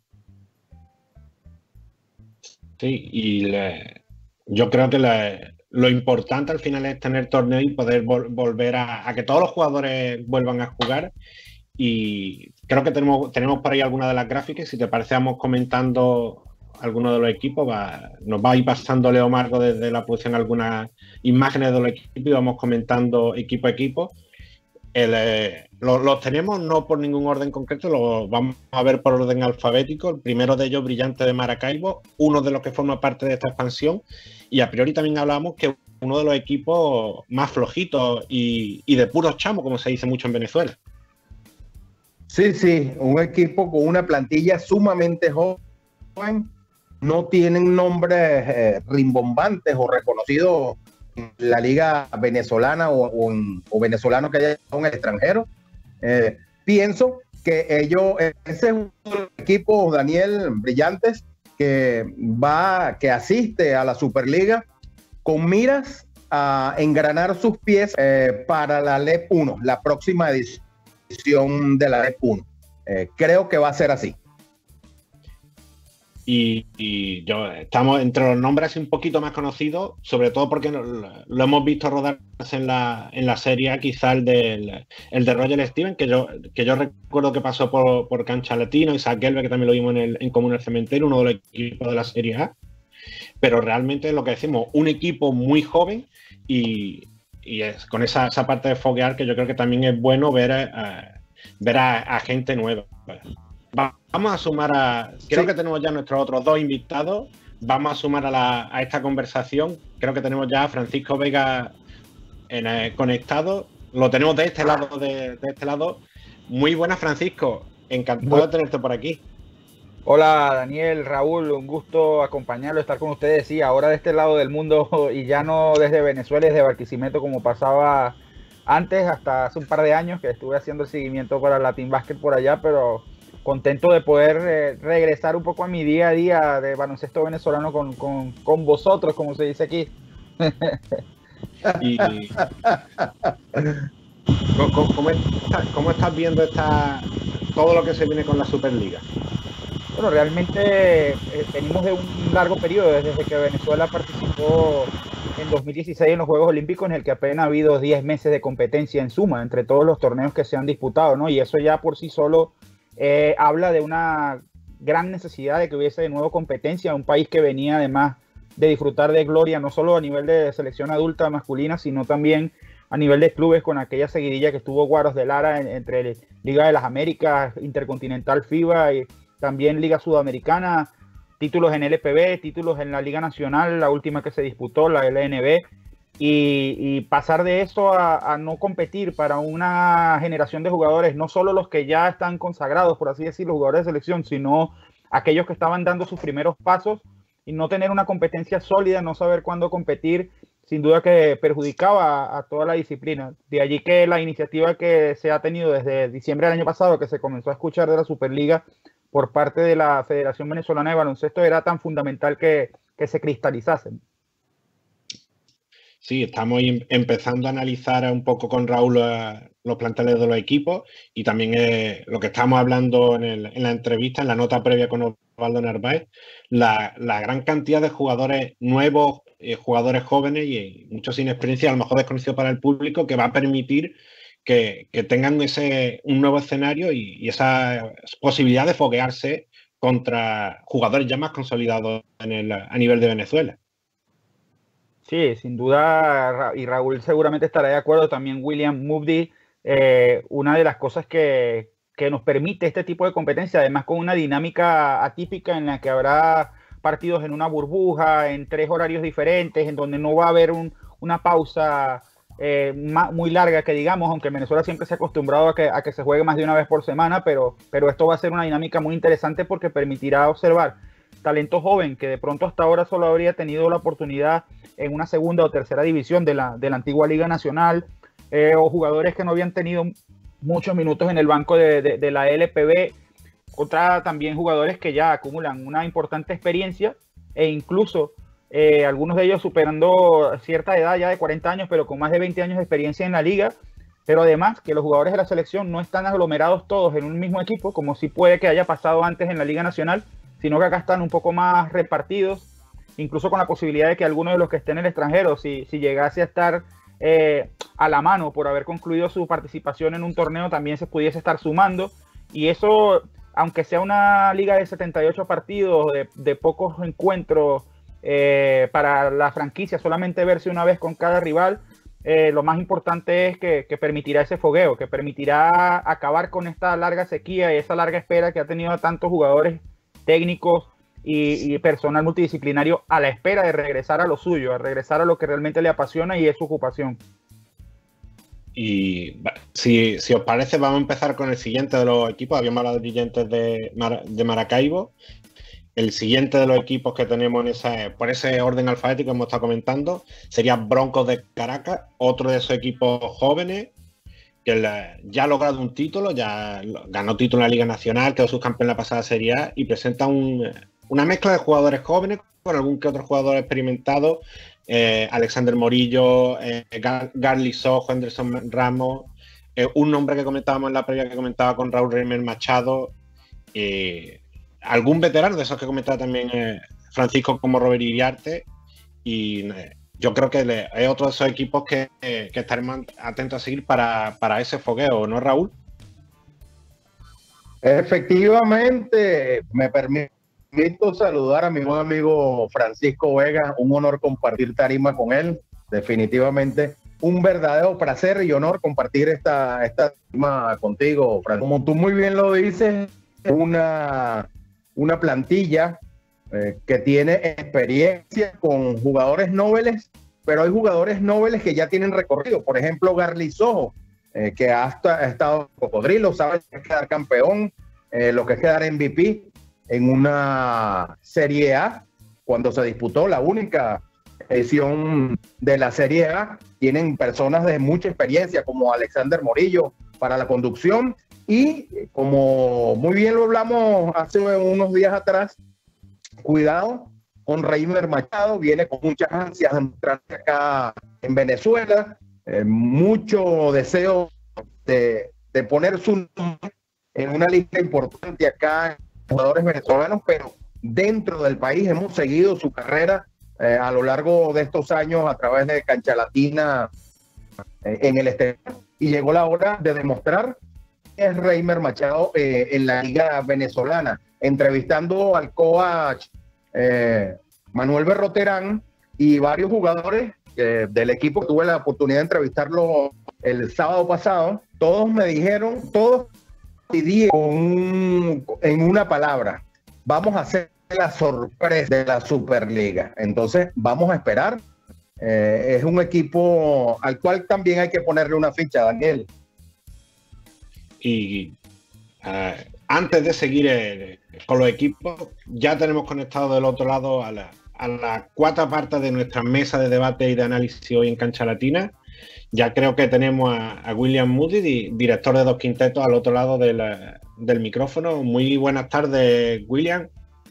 Sí, y le, yo creo que le, lo importante al final es tener torneo y poder vol volver a, a que todos los jugadores vuelvan a jugar. Y creo que tenemos, tenemos por ahí algunas de las gráficas. Si te parece, vamos comentando algunos de los equipos. Va, nos va a ir pasando Leo Margo desde la posición algunas imágenes de los equipos y vamos comentando equipo a equipo. El, eh, los, los tenemos no por ningún orden concreto, los vamos a ver por orden alfabético. El primero de ellos, Brillante de Maracaibo, uno de los que forma parte de esta expansión. Y a priori también hablamos que uno de los equipos más flojitos y, y de puros chamos, como se dice mucho en Venezuela. Sí, sí, un equipo con una plantilla sumamente joven. No tienen nombres eh, rimbombantes o reconocidos en la liga venezolana o, o, en, o venezolanos que haya en el extranjero. Eh, pienso que ellos, ese es un equipo, Daniel, Brillantes, que va, que asiste a la Superliga con miras a engranar sus pies eh, para la L E P uno, la próxima edición de la L E P uno. Eh, creo que va a ser así. Y, y yo estamos entre los nombres un poquito más conocidos, sobre todo porque lo, lo hemos visto rodarse en la, en la serie A, quizá el, del, el de Roger Steven, que yo, que yo recuerdo que pasó por, por Cancha Latina, Isaac Gelbe, que también lo vimos en, el, en Común el Cementerio, uno de los equipos de la serie A. Pero realmente es lo que decimos, un equipo muy joven y, y es con esa, esa parte de foguear que yo creo que también es bueno ver a, ver a, a gente nueva. Vamos a sumar a... Creo sí. que tenemos ya nuestros otros dos invitados. Vamos a sumar a, la, a esta conversación. Creo que tenemos ya a Francisco Vega en, eh, conectado. Lo tenemos de este lado. De, de este lado. Muy buenas, Francisco. Encantado de tenerte por aquí. Hola, Daniel, Raúl. Un gusto acompañarlo, estar con ustedes. Sí, ahora de este lado del mundo y ya no desde Venezuela, desde Barquisimeto como pasaba antes, hasta hace un par de años que estuve haciendo el seguimiento para Latin Basket por allá, pero... contento de poder eh, regresar un poco a mi día a día de baloncesto venezolano con, con, con vosotros, como se dice aquí. Y, ¿cómo, cómo, estás, ¿Cómo estás viendo esta, todo lo que se viene con la Superliga? Bueno, realmente eh, venimos de un largo periodo, desde que Venezuela participó en dos mil dieciséis en los Juegos Olímpicos, en el que apenas ha habido diez meses de competencia en suma entre todos los torneos que se han disputado, ¿no? Y eso ya por sí solo... Eh, habla de una gran necesidad de que hubiese de nuevo competencia, un país que venía además de disfrutar de gloria no solo a nivel de selección adulta masculina, sino también a nivel de clubes con aquella seguidilla que estuvo Guaros de Lara en, entre Liga de las Américas, Intercontinental FIBA y también Liga Sudamericana, títulos en L P B, títulos en la Liga Nacional, la última que se disputó, la L N B. Y, y pasar de eso a, a no competir para una generación de jugadores, no solo los que ya están consagrados, por así decirlo, jugadores de selección, sino aquellos que estaban dando sus primeros pasos y no tener una competencia sólida, no saber cuándo competir, sin duda que perjudicaba a, a toda la disciplina. De allí que la iniciativa que se ha tenido desde diciembre del año pasado, que se comenzó a escuchar de la Superliga por parte de la Federación Venezolana de Baloncesto, era tan fundamental que, que se cristalizasen. Sí, estamos empezando a analizar un poco con Raúl uh, los planteles de los equipos y también eh, lo que estamos hablando en, el, en la entrevista, en la nota previa con Osvaldo Narváez, la, la gran cantidad de jugadores nuevos, eh, jugadores jóvenes y eh, muchos sin experiencia, a lo mejor desconocidos para el público, que va a permitir que, que tengan ese, un nuevo escenario y, y esa posibilidad de foguearse contra jugadores ya más consolidados en el, a nivel de Venezuela. Sí, sin duda, y Raúl seguramente estará de acuerdo, también William Mubdi, eh, una de las cosas que, que nos permite este tipo de competencia, además con una dinámica atípica en la que habrá partidos en una burbuja, en tres horarios diferentes, en donde no va a haber un, una pausa eh, muy larga que digamos, aunque en Venezuela siempre se ha acostumbrado a que, a que se juegue más de una vez por semana, pero, pero esto va a ser una dinámica muy interesante porque permitirá observar talento joven que de pronto hasta ahora solo habría tenido la oportunidad en una segunda o tercera división de la, de la antigua Liga Nacional, eh, o jugadores que no habían tenido muchos minutos en el banco de, de, de la L P B, contra también jugadores que ya acumulan una importante experiencia e incluso eh, algunos de ellos superando cierta edad ya de cuarenta años, pero con más de veinte años de experiencia en la liga, pero además que los jugadores de la selección no están aglomerados todos en un mismo equipo, como sí puede que haya pasado antes en la Liga Nacional, sino que acá están un poco más repartidos, incluso con la posibilidad de que alguno de los que estén en el extranjero, si, si llegase a estar eh, a la mano por haber concluido su participación en un torneo, también se pudiese estar sumando. Y eso, aunque sea una liga de setenta y ocho partidos, de, de pocos encuentros eh, para la franquicia, solamente verse una vez con cada rival, eh, lo más importante es que, que permitirá ese fogueo, que permitirá acabar con esta larga sequía y esa larga espera que ha tenido a tantos jugadores técnicos y, y personal multidisciplinario a la espera de regresar a lo suyo, a regresar a lo que realmente le apasiona y es su ocupación. Y si, si os parece, vamos a empezar con el siguiente de los equipos. Habíamos hablado de Brillantes de, Mar, de Maracaibo. El siguiente de los equipos que tenemos en esa, por ese orden alfabético que hemos estado comentando sería Broncos de Caracas, otro de esos equipos jóvenes que ya ha logrado un título, ya ganó título en la Liga Nacional, quedó subcampeón en la pasada Serie A y presenta un, una mezcla de jugadores jóvenes con algún que otro jugador experimentado, eh, Alexander Morillo, eh, Gar Garly Sojo, Henderson Ramos, eh, un nombre que comentábamos en la previa que comentaba con Raúl Reimer Machado, eh, algún veterano de esos que comentaba también eh, Francisco como Robert Iriarte, y eh, yo creo que le, es otro de esos equipos que, eh, que estaremos atentos a seguir para, para ese fogueo, ¿no, Raúl? Efectivamente, me permito saludar a mi buen amigo Francisco Vega, un honor compartir tarima con él, definitivamente un verdadero placer y honor compartir esta, esta tarima contigo, Francisco. Como tú muy bien lo dices, una, una plantilla Eh, que tiene experiencia con jugadores nobles, pero hay jugadores nobles que ya tienen recorrido. Por ejemplo, Garly Sojo, eh, que ha, ha estado en Cocodrilo, sabe lo que es quedar campeón, eh, lo que es quedar M V P en una Serie A, cuando se disputó la única edición de la Serie A. Tienen personas de mucha experiencia, como Alexander Morillo, para la conducción, y como muy bien lo hablamos hace unos días atrás, cuidado con Reimer Machado, viene con muchas ansias de mostrarse acá en Venezuela, eh, mucho deseo de, de poner su nombre en una lista importante acá en jugadores venezolanos, pero dentro del país hemos seguido su carrera eh, a lo largo de estos años a través de Cancha Latina eh, en el exterior, y llegó la hora de demostrar que es Reimer Machado eh, en la liga venezolana, entrevistando al coach eh, Manuel Berroterán y varios jugadores eh, del equipo que tuve la oportunidad de entrevistarlo el sábado pasado. Todos me dijeron, todos un, en una palabra: vamos a hacer la sorpresa de la Superliga. Entonces vamos a esperar. Eh, es un equipo al cual también hay que ponerle una ficha, Daniel. Y uh, antes de seguir eh, con los equipos, ya tenemos conectado del otro lado a la, a la cuarta parte de nuestra mesa de debate y de análisis hoy en Cancha Latina. Ya creo que tenemos a, a William Moody, di, director de Dos Quintetos, al otro lado del, del micrófono. Muy buenas tardes, William.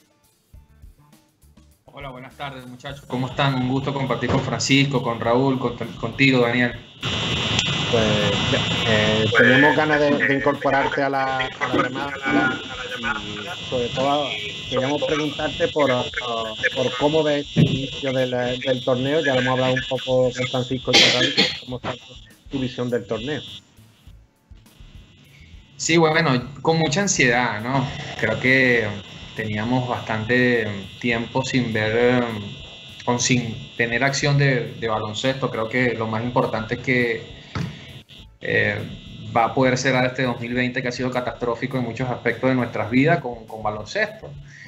Hola, buenas tardes, muchachos. ¿Cómo están? Un gusto compartir con Francisco, con Raúl, con, contigo, Daniel. Pues eh, pues, tenemos ganas de, de incorporarte a la, a la llamada. A la, a la llamada. Y sobre todo, queríamos preguntarte por, por cómo ves el inicio del, del torneo. Ya lo hemos hablado un poco con Francisco y con Raúl, cómo está tu visión del torneo. Sí, bueno, con mucha ansiedad, ¿no? Creo que teníamos bastante tiempo sin ver, o sin tener acción de, de baloncesto. Creo que lo más importante es que eh, va a poder cerrar este dos mil veinte que ha sido catastrófico en muchos aspectos de nuestras vidas con, con baloncesto.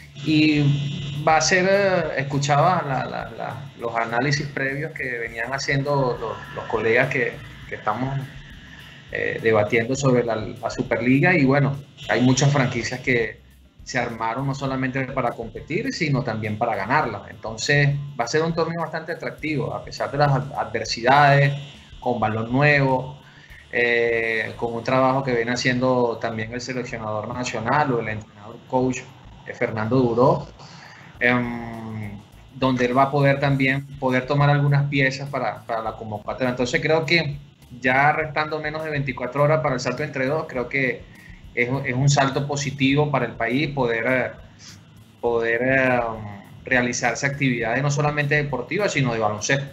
Y va a ser, escuchaba la, la, la, los análisis previos que venían haciendo los, los colegas que, que estamos eh, debatiendo sobre la, la Superliga, y bueno, hay muchas franquicias que se armaron no solamente para competir, sino también para ganarla. Entonces va a ser un torneo bastante atractivo, a pesar de las adversidades, con balón nuevo, eh, con un trabajo que viene haciendo también el seleccionador nacional o el entrenador coach eh, Fernando Duró, eh, donde él va a poder también poder tomar algunas piezas para, para la convocatoria. Entonces creo que ya restando menos de veinticuatro horas para el salto entre dos, creo que es, es un salto positivo para el país poder, poder eh, realizarse actividades no solamente deportivas, sino de baloncesto.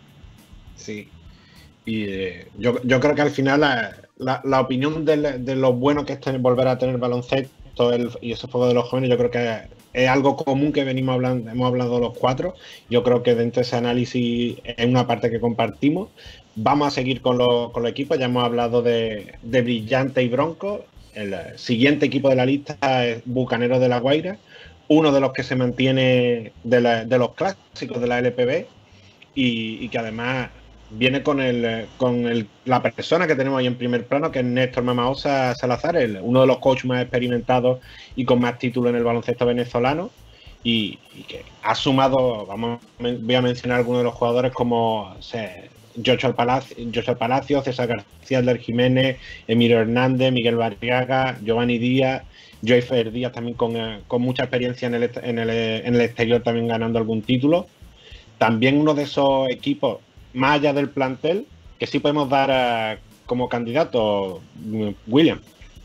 Sí. Y eh, yo, yo creo que al final la, la, la opinión de, de lo bueno que es tener, volver a tener baloncesto el, y ese fuego de los jóvenes, yo creo que es, es algo común que venimos hablando, hemos hablado los cuatro. Yo creo que dentro de ese análisis es una parte que compartimos. Vamos a seguir con los, con los equipos. Ya hemos hablado de, de Brillante y Bronco. El siguiente equipo de la lista es Bucaneros de La Guaira, uno de los que se mantiene de, la, de los clásicos de la L P B y, y que además viene con el con el, la persona que tenemos ahí en primer plano, que es Néstor Mamaosa Salazar, el, uno de los coaches más experimentados y con más títulos en el baloncesto venezolano, y, y que ha sumado, vamos, voy a mencionar algunos de los jugadores como se, Joshua Palacio, Joshua Palacio, César García del Jiménez, Emilio Hernández, Miguel Barriaga, Giovanni Díaz, Joyfer Díaz también con, con mucha experiencia en el, en, el, en el exterior, también ganando algún título. También uno de esos equipos, más allá del plantel, que sí podemos dar a, como candidato, William.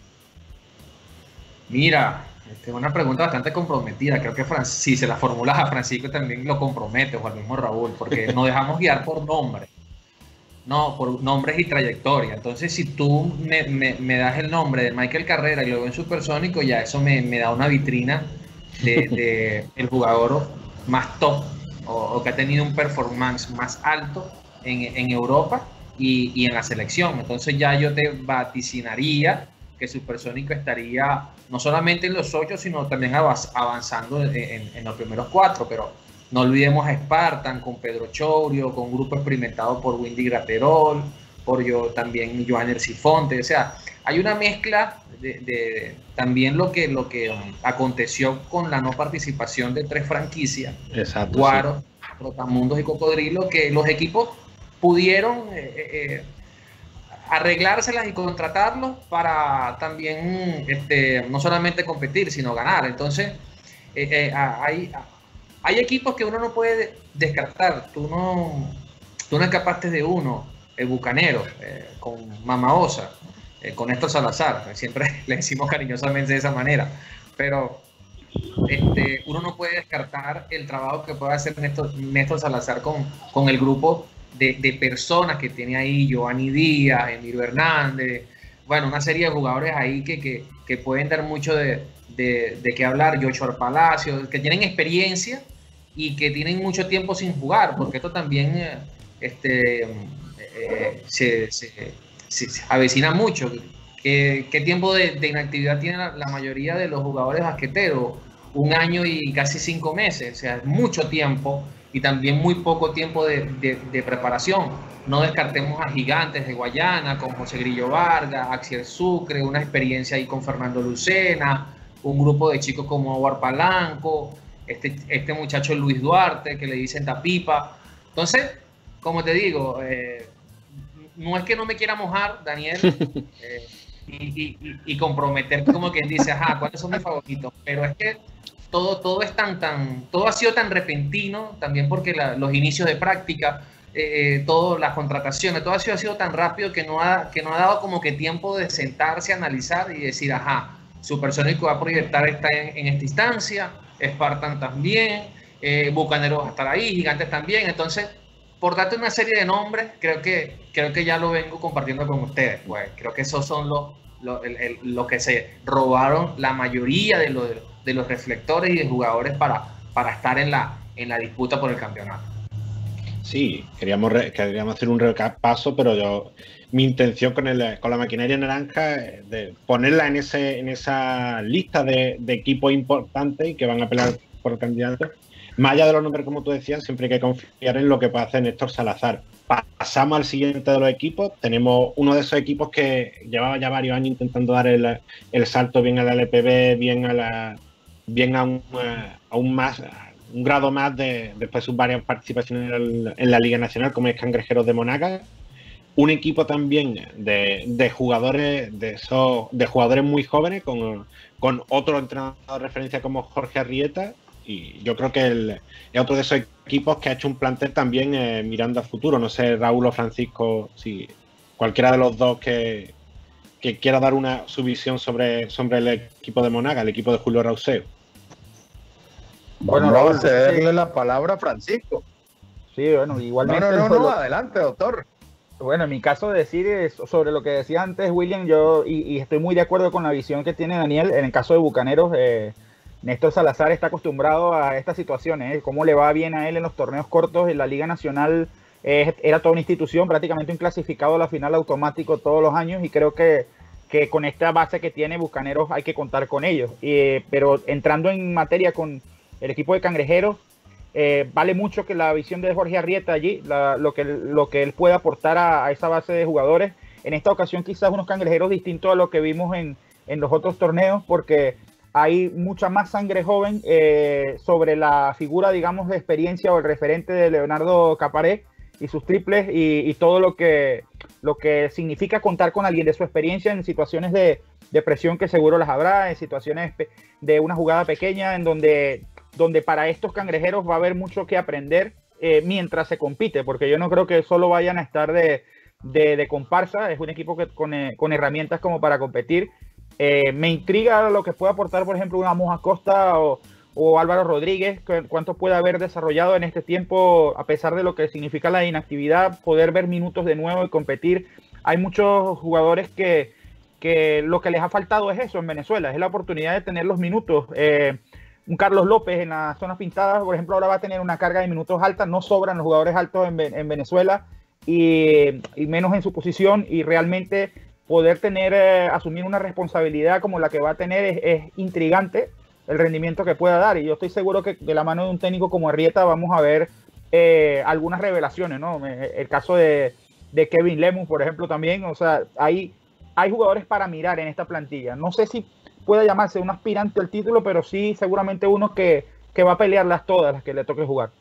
Mira, es una pregunta bastante comprometida. Creo que Fran si se la formulas a Francisco también lo compromete, o al mismo Raúl, porque nos dejamos guiar por nombres. No, por nombres y trayectoria. Entonces, si tú me, me, me das el nombre de Michael Carrera y lo veo en Supersónico, ya eso me, me da una vitrina de, de el jugador más top o, o que ha tenido un performance más alto en, en Europa y, y en la selección. Entonces ya yo te vaticinaría que Supersónico estaría no solamente en los ocho, sino también avanzando en, en, en los primeros cuatro, pero no olvidemos a Spartan con Pedro Chorio, con un grupo experimentado por Windy Graterol, por yo también Johanner Sifonte. O sea, hay una mezcla de, de también lo que, lo que um, aconteció con la no participación de tres franquicias, Exacto, Guaro, sí. Trotamundos y Cocodrilo, que los equipos pudieron eh, eh, arreglárselas y contratarlos para también este, no solamente competir, sino ganar. Entonces, eh, eh, hay... Hay equipos que uno no puede descartar. Tú no, tú no escapaste de uno, el Bucanero, eh, con Mamaosa, eh, con Néstor Salazar. Siempre le decimos cariñosamente de esa manera. Pero este, uno no puede descartar el trabajo que puede hacer Néstor, Néstor Salazar con, con el grupo de, de personas que tiene ahí, Giovanni Díaz, Emilio Hernández, bueno, una serie de jugadores ahí que, que, que pueden dar mucho de, de, de qué hablar, Joshua Palacio, que tienen experiencia y que tienen mucho tiempo sin jugar, porque esto también eh, este, eh, se, se, se, se avecina mucho. ¿Qué, qué tiempo de, de inactividad tiene la, la mayoría de los jugadores basqueteros? Un año y casi cinco meses, o sea, es mucho tiempo y también muy poco tiempo de, de, de preparación. No descartemos a Gigantes de Guayana, con José Grillo Vargas, Axiel Sucre, una experiencia ahí con Fernando Lucena, un grupo de chicos como Howard Palanco, este, este muchacho Luis Duarte, que le dicen Tapipa. Entonces, como te digo, eh, no es que no me quiera mojar, Daniel, eh, y, y, y comprometer como quien dice, ajá, ¿cuáles son mis favoritos? Pero es que todo, todo es tan, tan, todo ha sido tan repentino, también porque la, los inicios de práctica, eh, todo, las contrataciones, todo ha sido, ha sido tan rápido que no, ha, que no ha dado como que tiempo de sentarse, analizar y decir, ajá, Supersónico va a proyectar esta en, en esta instancia, Spartan también, eh, Bucaneros va a estar ahí, Gigantes también. Entonces, por darte una serie de nombres, creo que, creo que ya lo vengo compartiendo con ustedes. Pues creo que esos son los lo, el, el, lo que se robaron la mayoría de, lo, de los reflectores y de jugadores para, para estar en la, en la disputa por el campeonato. Sí, queríamos, re, queríamos hacer un repaso, pero yo, mi intención con, el, con la maquinaria naranja es de ponerla en, ese, en esa lista de, de equipos importantes y que van a pelear por el candidato. Más allá de los nombres, como tú decías, siempre hay que confiar en lo que puede hacer Néstor Salazar. Pasamos al siguiente de los equipos. Tenemos uno de esos equipos que llevaba ya varios años intentando dar el, el salto bien a la L P B, bien a la bien a un, a un más un grado más de después de sus varias participaciones en, el, en la Liga Nacional, como es Cangrejeros de Monagas. Un equipo también de, de jugadores de esos de jugadores muy jóvenes, con, con otro entrenador de referencia como Jorge Arrieta. Y yo creo que el, es otro de esos equipos que ha hecho un plantel también eh, mirando al futuro. No sé, Raúl o Francisco, si cualquiera de los dos que, que quiera dar una su visión sobre, sobre el equipo de Monagas, el equipo de Julio Rauseo. Bueno, vamos a cederle sí. la palabra a Francisco. Sí, bueno, igualmente. No, no, no, no, adelante, doctor. Bueno, en mi caso decir es sobre lo que decía antes William, yo y, y estoy muy de acuerdo con la visión que tiene Daniel. En el caso de Bucaneros, eh, Néstor Salazar está acostumbrado a estas situaciones, ¿eh? Cómo le va bien a él en los torneos cortos. En la Liga Nacional eh, era toda una institución, prácticamente un clasificado a la final automático todos los años, y creo que, que con esta base que tiene Bucaneros hay que contar con ellos. Eh, pero entrando en materia con el equipo de Cangrejeros, eh, vale mucho que la visión de Jorge Arrieta allí, la, lo, que, lo que él puede aportar a, a esa base de jugadores. En esta ocasión quizás unos Cangrejeros distintos a lo que vimos en, en los otros torneos, porque hay mucha más sangre joven eh, sobre la figura, digamos, de experiencia o el referente de Leonardo Caparé y sus triples y, y todo lo que, lo que significa contar con alguien de su experiencia en situaciones de, de presión, que seguro las habrá, en situaciones de una jugada pequeña, en donde, donde para estos Cangrejeros va a haber mucho que aprender eh, mientras se compite, porque yo no creo que solo vayan a estar de, de, de comparsa. Es un equipo que con, eh, con herramientas como para competir. Eh, me intriga lo que puede aportar, por ejemplo, una Moja Costa o, o Álvaro Rodríguez, cuánto puede haber desarrollado en este tiempo, a pesar de lo que significa la inactividad, poder ver minutos de nuevo y competir. Hay muchos jugadores que, que lo que les ha faltado es eso en Venezuela, es la oportunidad de tener los minutos. Eh, un Carlos López en las zonas pintadas, por ejemplo, ahora va a tener una carga de minutos alta, no sobran los jugadores altos en, en Venezuela, y, y menos en su posición, y realmente poder tener, eh, asumir una responsabilidad como la que va a tener es, es intrigante el rendimiento que pueda dar, y yo estoy seguro que de la mano de un técnico como Arrieta vamos a ver eh, algunas revelaciones, ¿no? El caso de, de Kevin Lemus, por ejemplo, también. O sea, hay, hay jugadores para mirar en esta plantilla. No sé si pueda llamarse un aspirante al título, pero sí seguramente uno que, que va a pelearlas todas las que le toque jugar.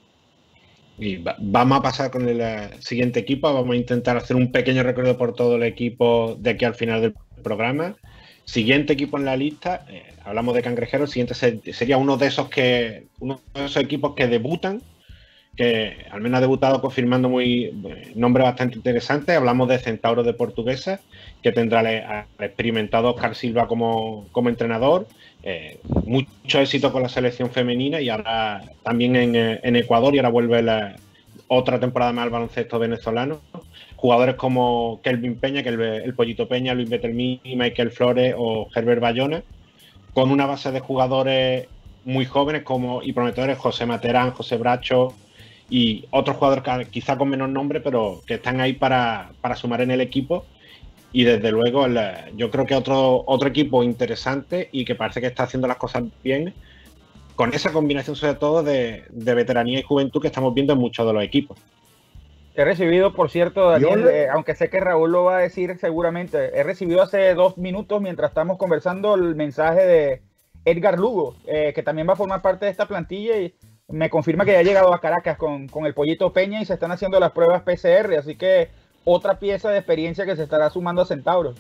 Y va, vamos a pasar con el uh, siguiente equipo. Vamos a intentar hacer un pequeño recorrido por todo el equipo de aquí al final del programa. Siguiente equipo en la lista, eh, hablamos de Cangrejeros. Siguiente ser, sería uno de esos que uno de esos equipos que debutan, que al menos ha debutado confirmando muy eh, nombres bastante interesantes. Hablamos de Centauros de Portuguesa, que tendrá al experimentado Oscar Silva como, como entrenador. Eh, mucho éxito con la selección femenina y ahora también en, en Ecuador, y ahora vuelve la, otra temporada más al baloncesto venezolano. Jugadores como Kelvin Peña, que el, el Pollito Peña, Luis Betelmí, Michael Flores o Herbert Bayona, con una base de jugadores muy jóvenes como y prometedores, José Materán, José Bracho y otros jugadores quizá con menos nombre, pero que están ahí para, para sumar en el equipo. Y desde luego el, yo creo que otro, otro equipo interesante y que parece que está haciendo las cosas bien, con esa combinación sobre todo de, de veteranía y juventud que estamos viendo en muchos de los equipos. He recibido, por cierto, Daniel, eh, aunque sé que Raúl lo va a decir seguramente, he recibido hace dos minutos mientras estamos conversando el mensaje de Edgar Lugo, eh, que también va a formar parte de esta plantilla y me confirma que ya ha llegado a Caracas con, con el Pollito Peña y se están haciendo las pruebas P C R, así que otra pieza de experiencia que se estará sumando a Centauros.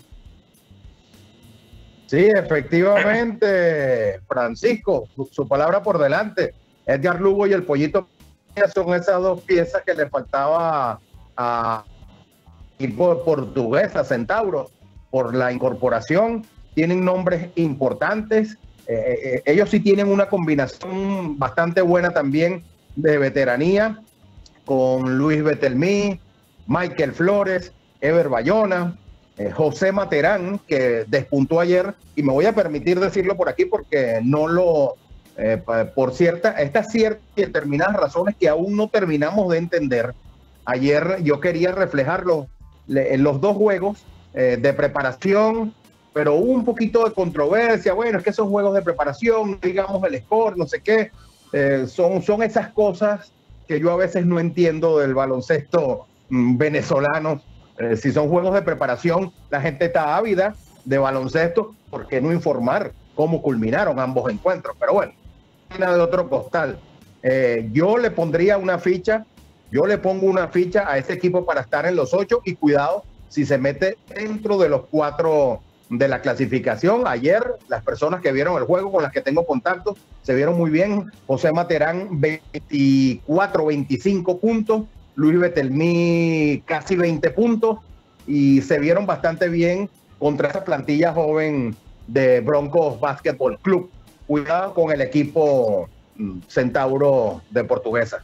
Sí, efectivamente, Francisco, su, su palabra por delante. Edgar Lugo y el Pollito son esas dos piezas que le faltaba a equipo portugués, a Centauros, por la incorporación. Tienen nombres importantes. Eh, eh, ellos sí tienen una combinación bastante buena también de veteranía con Luis Betelmí, Michael Flores, Ever Bayona, eh, José Materán, que despuntó ayer, y me voy a permitir decirlo por aquí porque no lo, eh, por cierta, estas ciertas y determinadas razones que aún no terminamos de entender. Ayer yo quería reflejarlo en los dos juegos eh, de preparación, pero hubo un poquito de controversia. Bueno, es que son juegos de preparación, digamos el score, no sé qué, eh, son, son esas cosas que yo a veces no entiendo del baloncesto mmm, venezolano. Eh, si son juegos de preparación, la gente está ávida de baloncesto, ¿por qué no informar cómo culminaron ambos encuentros? Pero bueno, nada de otro costal. Eh, yo le pondría una ficha, yo le pongo una ficha a ese equipo para estar en los ocho, y cuidado si se mete dentro de los cuatro de la clasificación. Ayer las personas que vieron el juego, con las que tengo contacto, se vieron muy bien. José Materán veinticuatro, veinticinco puntos, Luis Betelmí casi veinte puntos, y se vieron bastante bien contra esa plantilla joven de Broncos Basketball Club. Cuidado con el equipo Centauro de Portuguesa.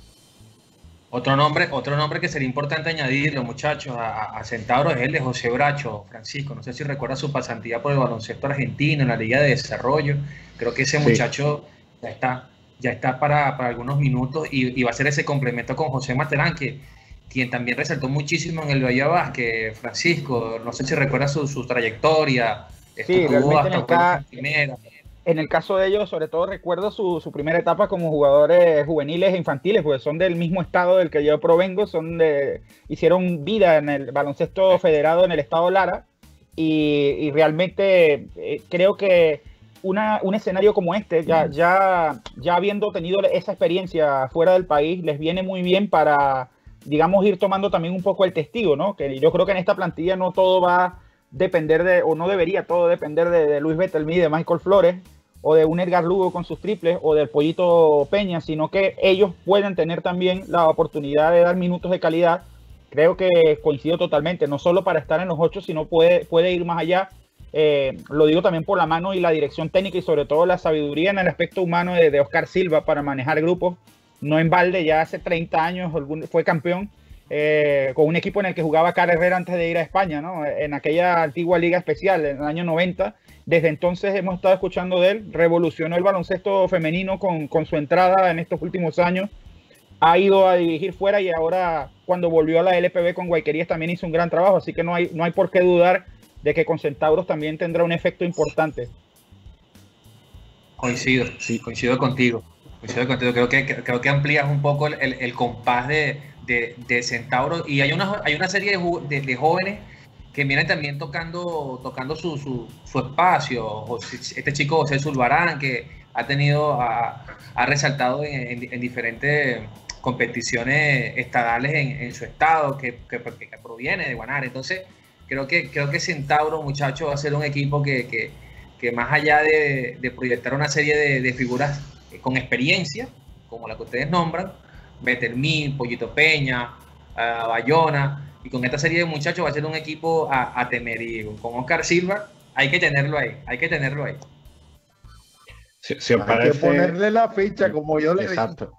Otro nombre, otro nombre que sería importante añadirlo, muchachos, a, a Centauro es el de José Bracho, Francisco. No sé si recuerda su pasantía por el baloncesto argentino en la Liga de Desarrollo. Creo que ese sí. muchacho ya está, ya está para, para algunos minutos y, y va a ser ese complemento con José Materán, que quien también resaltó muchísimo en el Bahía Básquet, Francisco. No sé si recuerda su, su trayectoria. Sí, realmente en el, ca primera. en el caso de ellos, sobre todo recuerdo su, su primera etapa como jugadores juveniles e infantiles, porque son del mismo estado del que yo provengo, son de, hicieron vida en el baloncesto federado en el estado Lara, y, y realmente eh, creo que una, un escenario como este, ya, ya, ya habiendo tenido esa experiencia fuera del país, les viene muy bien para, digamos, ir tomando también un poco el testigo, ¿no? Que yo creo que en esta plantilla no todo va a depender de, o no debería todo depender de, de Luis Betelmí, de Michael Flores, o de un Edgar Lugo con sus triples, o del Pollito Peña, sino que ellos pueden tener también la oportunidad de dar minutos de calidad. Creo que coincido totalmente, no solo para estar en los ocho, sino puede, puede ir más allá. Eh, lo digo también por la mano y la dirección técnica, y sobre todo la sabiduría en el aspecto humano de, de Oscar Silva para manejar grupos. No en balde, ya hace treinta años fue campeón eh, con un equipo en el que jugaba Cara Herrera antes de ir a España, ¿no? En aquella antigua liga especial en el año noventa. Desde entonces hemos estado escuchando de él, revolucionó el baloncesto femenino con, con su entrada en estos últimos años, ha ido a dirigir fuera, y ahora cuando volvió a la L P B con Guayquerías también hizo un gran trabajo, así que no hay, no hay por qué dudar de que con Centauros también tendrá un efecto importante. Coincido, sí, coincido contigo, coincido contigo, creo que, creo que amplías un poco el, el, el compás de, de, de Centauros, y hay una, hay una serie de, de, de jóvenes que vienen también tocando, tocando su, su, su espacio. Este chico José Zulbarán, que ha tenido, ha, ha resaltado en, en, en diferentes competiciones estadales en, en su estado, que, que, que proviene de Guanare. Entonces, creo que, creo que Centauro, muchachos, va a ser un equipo que, que, que más allá de, de proyectar una serie de, de figuras con experiencia, como la que ustedes nombran, Betelmí, Pollito Peña, uh, Bayona, y con esta serie de muchachos va a ser un equipo a, a temer. Y con Oscar Silva hay que tenerlo ahí, hay que tenerlo ahí. Si, si os hay parece... que ponerle la ficha, como yo le digo. Exacto.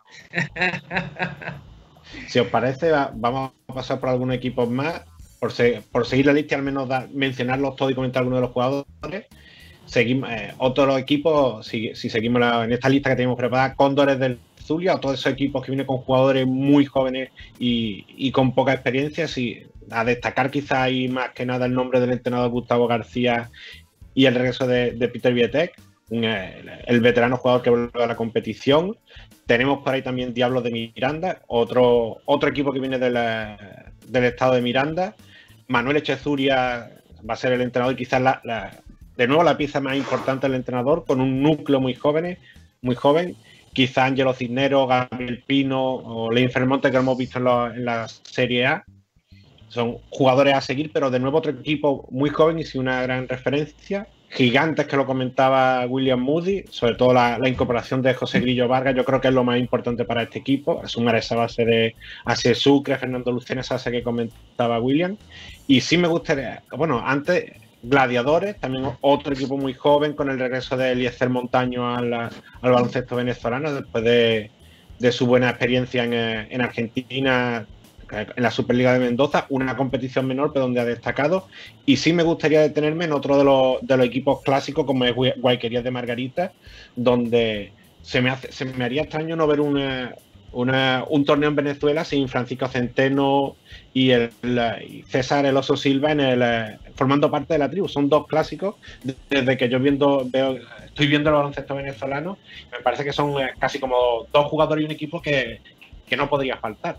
Si os parece, va, vamos a pasar por algunos equipos más, por, se, por seguir la lista y al menos da, mencionarlos todos y comentar algunos de los jugadores. Seguimos, eh, otros equipos, si, si seguimos la, en esta lista que tenemos preparada, Cóndores del Zulia, o todos esos equipos que vienen con jugadores muy jóvenes y, y con poca experiencia. Sí, a destacar quizá ahí más que nada el nombre del entrenador Gustavo García y el regreso de, de Peter Viatek, el, el veterano jugador que vuelve a la competición. Tenemos por ahí también Diablos de Miranda, otro, otro equipo que viene de la, del estado de Miranda. Manuel Echezuria va a ser el entrenador, y quizás la, la, de nuevo la pieza más importante del entrenador, con un núcleo muy joven, muy joven. Quizá Ángelo Cisneros, Gabriel Pino o Lenin Fermonte, que lo hemos visto en, lo, en la Serie A. Son jugadores a seguir, pero de nuevo otro equipo muy joven y sin una gran referencia. Gigantes, que lo comentaba William Moody, sobre todo la, la incorporación de José Grillo Vargas, yo creo que es lo más importante para este equipo, sumar esa base de Asier Sucre, Fernando Lucena, esa base que comentaba William. Y sí me gustaría, bueno, antes Gladiadores, también otro equipo muy joven, con el regreso de Eliezer Montaño al, al baloncesto venezolano, después de, de su buena experiencia en, en Argentina, en la Superliga de Mendoza, una competición menor, pero donde ha destacado. Y sí me gustaría detenerme en otro de los, de los equipos clásicos, como es Guayquerías de Margarita, donde se me, hace, se me haría extraño no ver una, una, un torneo en Venezuela sin Francisco Centeno y, el, y César El Oso Silva en el, formando parte de la tribu. Son dos clásicos desde que yo viendo, veo, estoy viendo el baloncesto venezolano. Me parece que son casi como dos jugadores y un equipo que, que no podría faltar.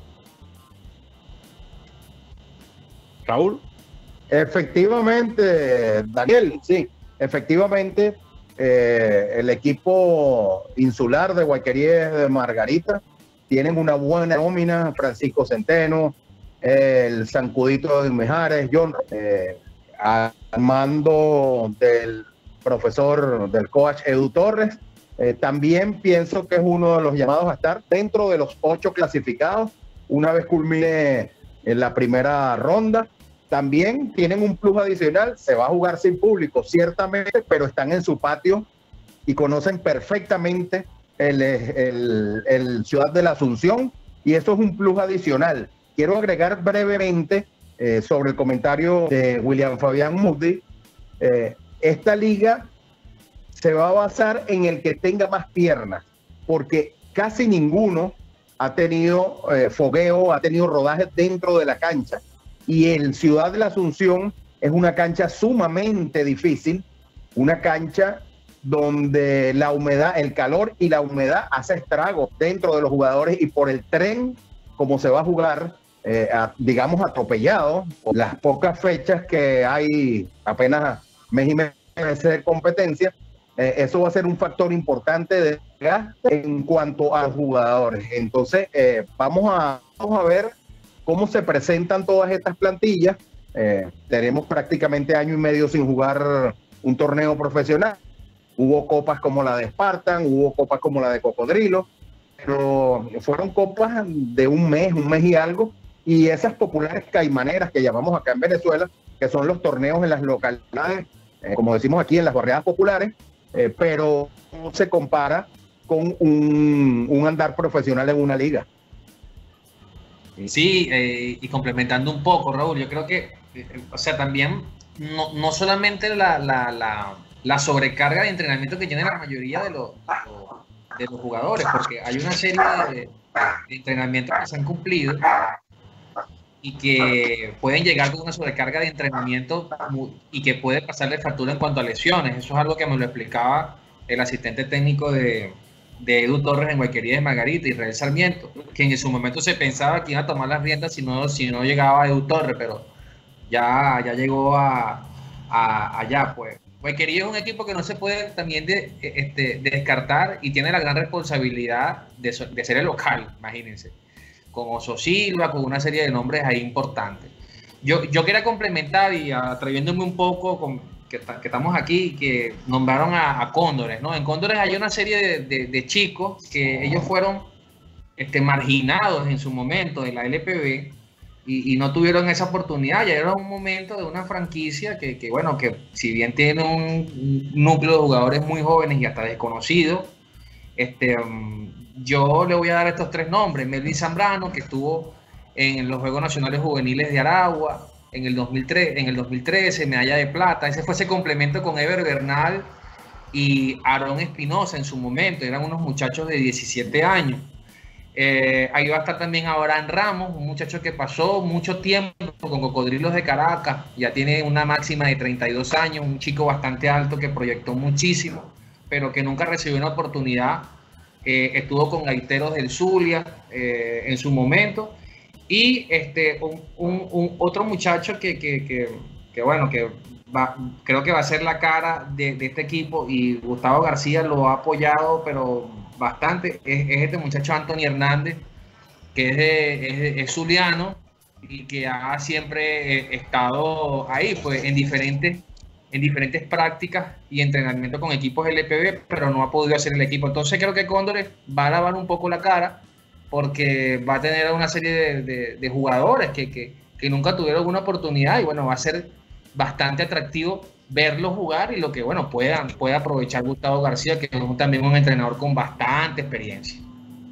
Raúl. Efectivamente, Daniel, sí, efectivamente, eh, el equipo insular de Guayquerías de Margarita tienen una buena nómina. Francisco Centeno, eh, el Sancudito de Mejares, John, eh, al mando del profesor, del coach Edu Torres. Eh, también pienso que es uno de los llamados a estar dentro de los ocho clasificados una vez culmine en la primera ronda. También tienen un plus adicional, se va a jugar sin público, ciertamente, pero están en su patio y conocen perfectamente el, el, el Ciudad de la Asunción, y eso es un plus adicional. Quiero agregar brevemente eh, sobre el comentario de William Fabián Moody. Eh, esta liga se va a basar en el que tenga más piernas, porque casi ninguno ha tenido eh, fogueo, ha tenido rodaje dentro de la cancha. Y el Ciudad de la Asunción es una cancha sumamente difícil, una cancha donde la humedad, el calor y la humedad hace estragos dentro de los jugadores, y por el tren, como se va a jugar, eh, a, digamos atropellado, por las pocas fechas que hay, apenas mes y mes de competencia, eh, eso va a ser un factor importante de gasto en cuanto a los jugadores. Entonces, eh, vamos, a, vamos a ver cómo se presentan todas estas plantillas. Eh, tenemos prácticamente año y medio sin jugar un torneo profesional. Hubo copas como la de Spartan, hubo copas como la de Cocodrilo, pero fueron copas de un mes, un mes y algo, y esas populares caimaneras que llamamos acá en Venezuela, que son los torneos en las localidades, eh, como decimos aquí, en las barriadas populares, eh, pero no se compara con un, un andar profesional en una liga. Sí, eh, y complementando un poco, Raúl, yo creo que, eh, o sea, también no, no solamente la, la, la, la sobrecarga de entrenamiento que tiene la mayoría de los, de los jugadores, porque hay una serie de, de entrenamientos que se han cumplido y que pueden llegar con una sobrecarga de entrenamiento y que puede pasarle factura en cuanto a lesiones. Eso es algo que me lo explicaba el asistente técnico de... de Edu Torres en Guayquerías de Margarita, Israel Sarmiento, que en su momento se pensaba que iba a tomar las riendas si no, si no llegaba Edu Torres, pero ya, ya llegó a, a, allá, pues. Guayquerías es un equipo que no se puede también de, este, descartar, y tiene la gran responsabilidad de, de ser el local, imagínense, con Oso Silva, con una serie de nombres ahí importantes. Yo, yo quería complementar, y atreviéndome un poco con Que, que estamos aquí, que nombraron a, a Cóndores, ¿no? En Cóndores hay una serie de, de, de chicos que ellos fueron este, marginados en su momento de la L P B y, y no tuvieron esa oportunidad. Ya era un momento de una franquicia que, que, bueno, que si bien tiene un núcleo de jugadores muy jóvenes y hasta desconocidos, este, um, yo le voy a dar estos tres nombres. Melvin Zambrano, que estuvo en los Juegos Nacionales Juveniles de Aragua, en el, dos mil tres, en el dos mil trece, medalla de plata. Ese fue ese complemento con Ever Bernal y Aarón Espinosa en su momento. Eran unos muchachos de diecisiete años. Eh, ahí va a estar también Abraham Ramos, un muchacho que pasó mucho tiempo con Cocodrilos de Caracas. Ya tiene una máxima de treinta y dos años, un chico bastante alto que proyectó muchísimo, pero que nunca recibió una oportunidad. Eh, estuvo con Gaiteros del Zulia eh, en su momento. Y este, un, un, un otro muchacho que, que, que, que, bueno, que va, creo que va a ser la cara de, de este equipo, y Gustavo García lo ha apoyado, pero bastante, es, es este muchacho Anthony Hernández, que es, de, es, de, es zuliano y que ha siempre estado ahí, pues en diferentes, en diferentes prácticas y entrenamiento con equipos L P B, pero no ha podido hacer el equipo. Entonces creo que Cóndores va a lavar un poco la cara, porque va a tener una serie de, de, de jugadores que, que, que nunca tuvieron alguna oportunidad, y bueno, va a ser bastante atractivo verlos jugar, y lo que bueno pueda, pueda aprovechar Gustavo García, que es también un entrenador con bastante experiencia.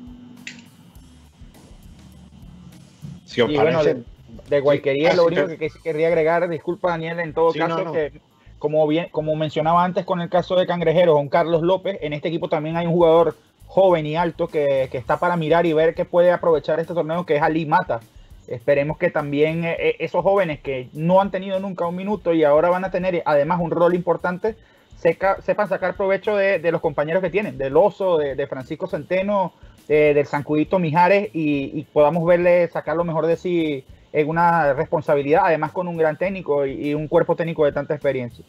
Si os Y parece, bueno, de, de Guayquería, sí, lo ah, único sí, que, que querría agregar, disculpa Daniel, en todo Sí, caso, no, no. es que como bien, como mencionaba antes con el caso de Cangrejeros, Juan Carlos López, en este equipo también hay un jugador joven y alto que, que está para mirar y ver que puede aprovechar este torneo, que es Ali Mata. Esperemos que también eh, esos jóvenes que no han tenido nunca un minuto y ahora van a tener además un rol importante, seca, sepan sacar provecho de, de los compañeros que tienen, del Oso, de, de Francisco Centeno, de, del Sancudito Mijares, y, y podamos verle sacar lo mejor de sí en una responsabilidad, además con un gran técnico y, y un cuerpo técnico de tanta experiencia.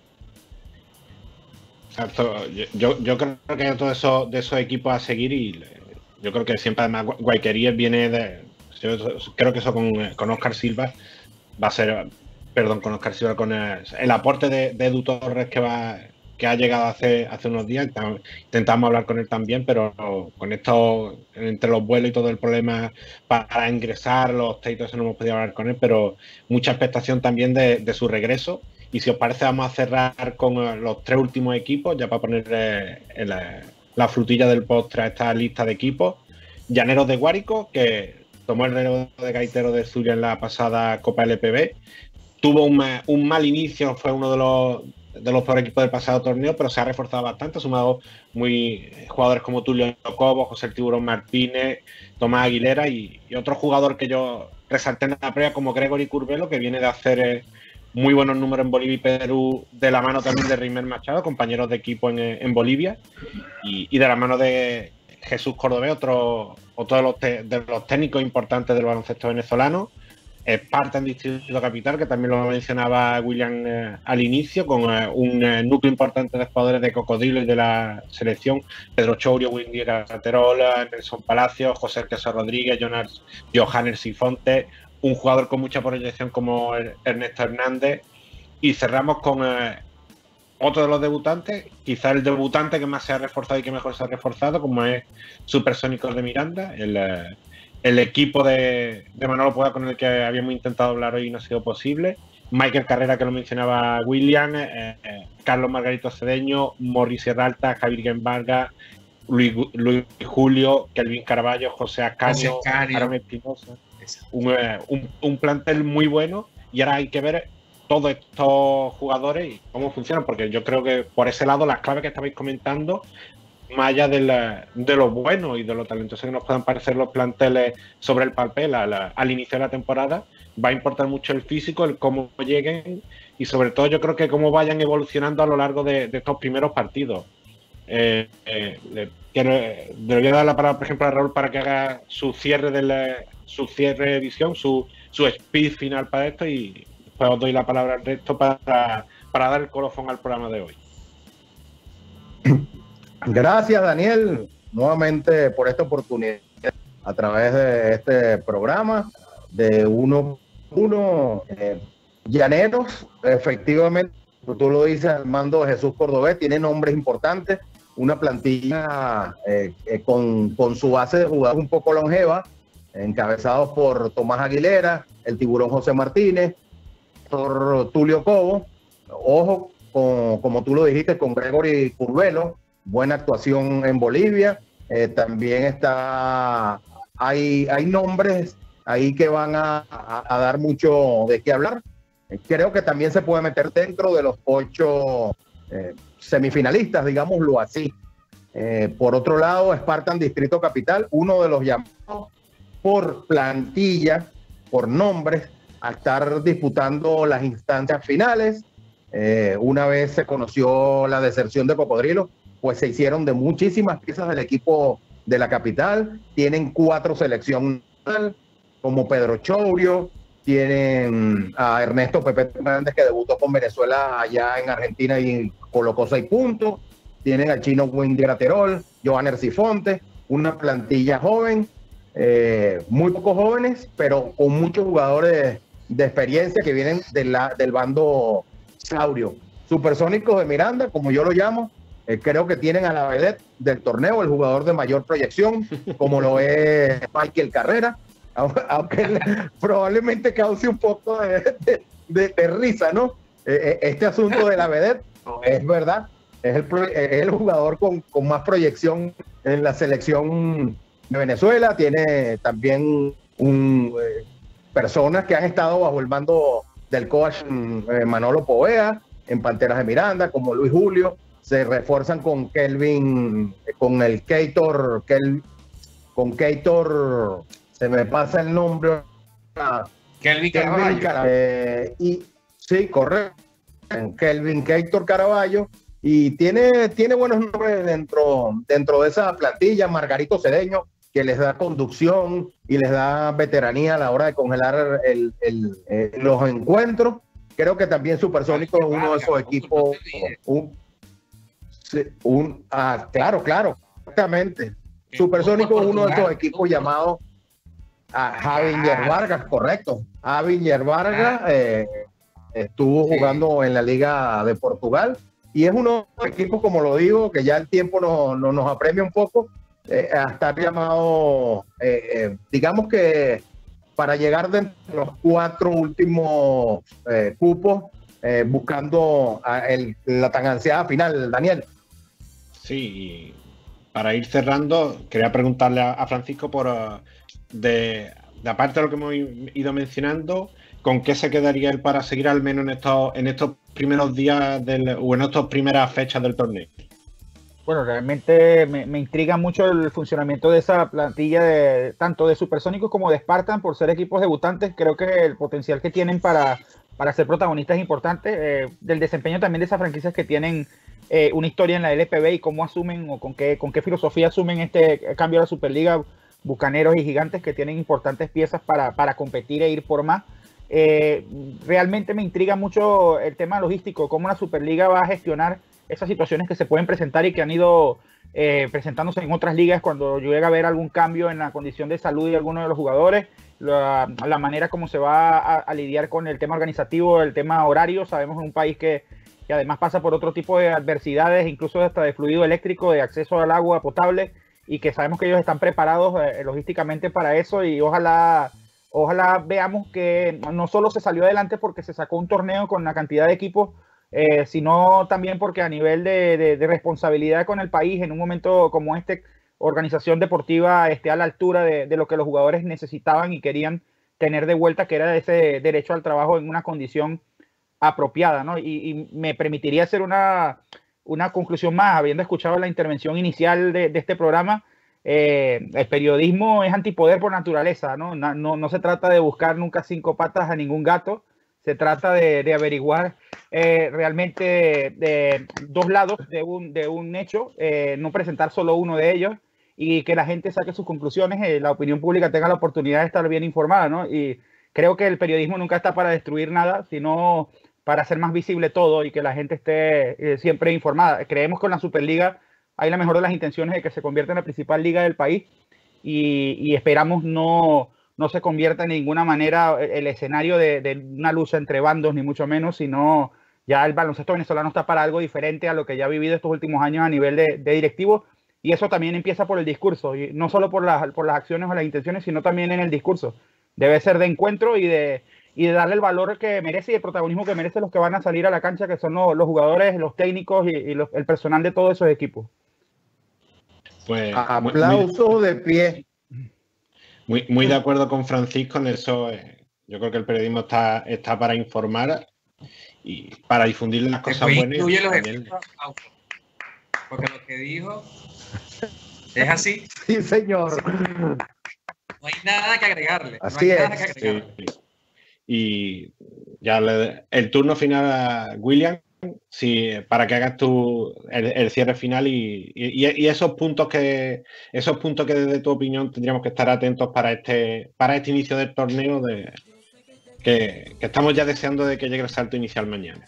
Exacto. Yo, yo creo que todo eso de esos equipos a seguir, y yo creo que siempre además Guayquerías viene de, yo creo que eso con, con Óscar Silva va a ser, perdón, con Óscar Silva, con el, el aporte de, de Edu Torres que va que ha llegado hace, hace unos días. Intentamos hablar con él también, pero con esto, entre los vuelos y todo el problema para ingresar, los técnicos, eso no hemos podido hablar con él, pero mucha expectación también de, de su regreso. Y si os parece, vamos a cerrar con los tres últimos equipos, ya para poner eh, la, la frutilla del postre a esta lista de equipos. Llaneros de Guárico, que tomó el relevo de Gaitero de Zulia en la pasada Copa L P B. Tuvo un, un mal inicio, fue uno de los, de los peores equipos del pasado torneo, pero se ha reforzado bastante, ha sumado muy jugadores como Tulio Cobo, José el Tiburón Martínez, Tomás Aguilera y, y otro jugador que yo resalté en la previa como Gregory Curvelo, que viene de hacer eh, muy buenos números en Bolivia y Perú, de la mano también de Reimer Machado, compañeros de equipo en, en Bolivia, y, y de la mano de Jesús Cordobés, otro, otro de, los te, de los técnicos importantes del baloncesto venezolano. Esparta en Distrito Capital, que también lo mencionaba William eh, al inicio, con eh, un eh, núcleo importante de jugadores de Cocodrilo y de la selección: Pedro Chourio, Windy Caterola, Nelson Palacios, José Queso Rodríguez, Jonas, Johannes Sifonte, un jugador con mucha proyección como Ernesto Hernández. Y cerramos con eh, otro de los debutantes, quizá el debutante que más se ha reforzado y que mejor se ha reforzado, como es Supersónicos de Miranda, el... Eh, el equipo de, de Manolo Puga, con el que habíamos intentado hablar hoy y no ha sido posible. Michael Carrera, que lo mencionaba William, eh, eh, Carlos Margarito Cedeño, Morris Herralta, Javier Gembarga, Luis, Luis Julio, Kelvin Caraballo, José Ascanio, Aaron Espinosa. Un, eh, un, un plantel muy bueno, y ahora hay que ver todos estos jugadores y cómo funcionan, porque yo creo que por ese lado las claves que estabais comentando, más allá de, la, de lo bueno y de lo talentosos que nos puedan parecer los planteles sobre el papel a la, al inicio de la temporada, va a importar mucho el físico, el cómo lleguen, y sobre todo yo creo que cómo vayan evolucionando a lo largo de, de estos primeros partidos. Eh, eh, le, quiero, le voy a dar la palabra, por ejemplo, a Raúl para que haga su cierre de la, su cierre de edición, su, su speed final para esto, y después os doy la palabra al resto para, para dar el colofón al programa de hoy. Gracias, Daniel, nuevamente por esta oportunidad a través de este programa de uno a uno. Eh, Llaneros, efectivamente, tú lo dices, al mando de Jesús Cordobés, tiene nombres importantes, una plantilla eh, eh, con, con su base de jugadores un poco longeva, encabezados por Tomás Aguilera, el Tiburón José Martínez, por Tulio Cobo, ojo, con, como tú lo dijiste, con Gregory Curvelo, buena actuación en Bolivia. Eh, también está, hay, hay nombres ahí que van a, a, a dar mucho de qué hablar. Eh, creo que también se puede meter dentro de los ocho eh, semifinalistas, digámoslo así. Eh, por otro lado, Spartan Distrito Capital, uno de los llamados por plantilla, por nombres, a estar disputando las instancias finales. Eh, una vez se conoció la deserción de Cocodrilo, pues se hicieron de muchísimas piezas del equipo de la capital. Tienen cuatro selecciones, como Pedro Chourio, tienen a Ernesto Pepe Hernández, que debutó con Venezuela allá en Argentina y colocó seis puntos, tienen al chino Wendy Graterol, Johanner Sifonte, una plantilla joven, eh, muy pocos jóvenes, pero con muchos jugadores de experiencia que vienen de la, del bando saurio. Supersónicos de Miranda, como yo lo llamo, eh, creo que tienen a la vedette del torneo, el jugador de mayor proyección, como lo es Michael Carrera, aunque probablemente cause un poco de, de, de, de risa, ¿no? Eh, este asunto de la vedette, es verdad, es el, es el jugador con, con más proyección en la selección de Venezuela, tiene también un, eh, personas que han estado bajo el mando del coach eh, Manolo Povea, en Panteras de Miranda, como Luis Julio, se refuerzan con Kelvin, con el Keitor, Kel, con Keitor, se me pasa el nombre. Kelvin Caraballo. Caraballo. Eh, y, sí, correcto. Kelvin Keitor Caraballo. Y tiene, tiene buenos nombres dentro, dentro de esa plantilla. Margarito Cedeño, que les da conducción y les da veteranía a la hora de congelar el, el, eh, los encuentros. Creo que también Supersónico es uno de esos equipos. Un, un, ah, claro, claro, exactamente. Supersónico es uno de esos equipos llamados a Javier Vargas, correcto. Javier Vargas eh, estuvo jugando en la Liga de Portugal y es uno de los equipos, como lo digo, que ya el tiempo no, no nos apremia un poco eh, a estar llamado, eh, eh, digamos que para llegar dentro de los cuatro últimos eh, cupos, eh, buscando a el, la tan ansiada final, Daniel. Sí, para ir cerrando, quería preguntarle a, a Francisco por uh, de, de aparte de lo que hemos ido mencionando, ¿con qué se quedaría él para seguir al menos en estos, en estos primeros días del, o en estas primeras fechas del torneo? Bueno, realmente me, me intriga mucho el funcionamiento de esa plantilla, de tanto de Supersónicos como de Spartan, por ser equipos debutantes. Creo que el potencial que tienen para, para ser protagonistas es importante. Eh, del desempeño también de esas franquicias que tienen eh, una historia en la L P B y cómo asumen o con qué, con qué filosofía asumen este cambio a la Superliga. Bucaneros y Gigantes, que tienen importantes piezas para, para competir e ir por más. Eh, realmente me intriga mucho el tema logístico, cómo la Superliga va a gestionar esas situaciones que se pueden presentar y que han ido eh, presentándose en otras ligas cuando llega a haber algún cambio en la condición de salud de alguno de los jugadores, la, la manera como se va a, a lidiar con el tema organizativo, el tema horario. Sabemos en un país que, que además pasa por otro tipo de adversidades, incluso hasta de fluido eléctrico, de acceso al agua potable, y que sabemos que ellos están preparados eh, logísticamente para eso, y ojalá, ojalá veamos que no solo se salió adelante porque se sacó un torneo con la cantidad de equipos, Eh, sino también porque a nivel de, de, de responsabilidad con el país, en un momento como este, organización deportiva esté a la altura de, de lo que los jugadores necesitaban y querían tener de vuelta, que era ese derecho al trabajo en una condición apropiada, ¿no? Y, y me permitiría hacer una, una conclusión más, habiendo escuchado la intervención inicial de, de este programa. Eh, el periodismo es antipoder por naturaleza, ¿no? No, no, no se trata de buscar nunca cinco patas a ningún gato. Se trata de, de averiguar eh, realmente de, de dos lados de un, de un hecho, eh, no presentar solo uno de ellos y que la gente saque sus conclusiones, eh, la opinión pública tenga la oportunidad de estar bien informada, ¿no? Y creo que el periodismo nunca está para destruir nada, sino para hacer más visible todo y que la gente esté eh, siempre informada. Creemos que en la Superliga hay la mejor de las intenciones de que se convierta en la principal liga del país y, y esperamos no... no se convierta en ninguna manera el escenario de, de una lucha entre bandos, ni mucho menos, sino ya el baloncesto venezolano está para algo diferente a lo que ya ha vivido estos últimos años a nivel de, de directivo, y eso también empieza por el discurso, y no solo por las, por las acciones o las intenciones, sino también en el discurso. Debe ser de encuentro y de, y de darle el valor que merece y el protagonismo que merecen los que van a salir a la cancha, que son los, los jugadores, los técnicos y, y los, el personal de todos esos equipos. Pues, aplauso muy, de pie. Muy, muy de acuerdo con Francisco en eso. Eh, yo creo que el periodismo está, está para informar y para difundir las cosas buenas. Incluye los efectos, porque lo que dijo es así. Sí, señor. No hay nada que agregarle. Así no hay es. Nada que agregarle. Sí. Y ya le, el turno final a William, sí, para que hagas tú el, el cierre final y, y, y esos puntos que esos puntos que desde tu opinión tendríamos que estar atentos para este para este inicio del torneo de que, que estamos ya deseando de que llegue el salto inicial mañana.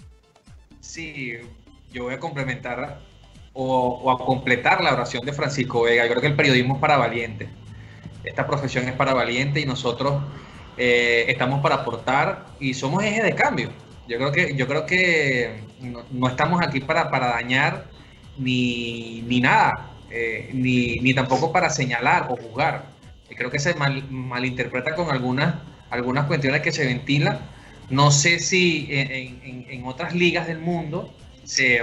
Sí, yo voy a complementar o, o a completar la oración de Francisco Vega. Yo creo que el periodismo es para valientes. Esta profesión es para valientes y nosotros eh, estamos para aportar y somos eje de cambio. Yo creo que, yo creo que no, no estamos aquí para, para dañar ni, ni nada, eh, ni, ni tampoco para señalar o juzgar. Y creo que se mal, malinterpreta con algunas, algunas cuestiones que se ventilan. No sé si en, en, en otras ligas del mundo se,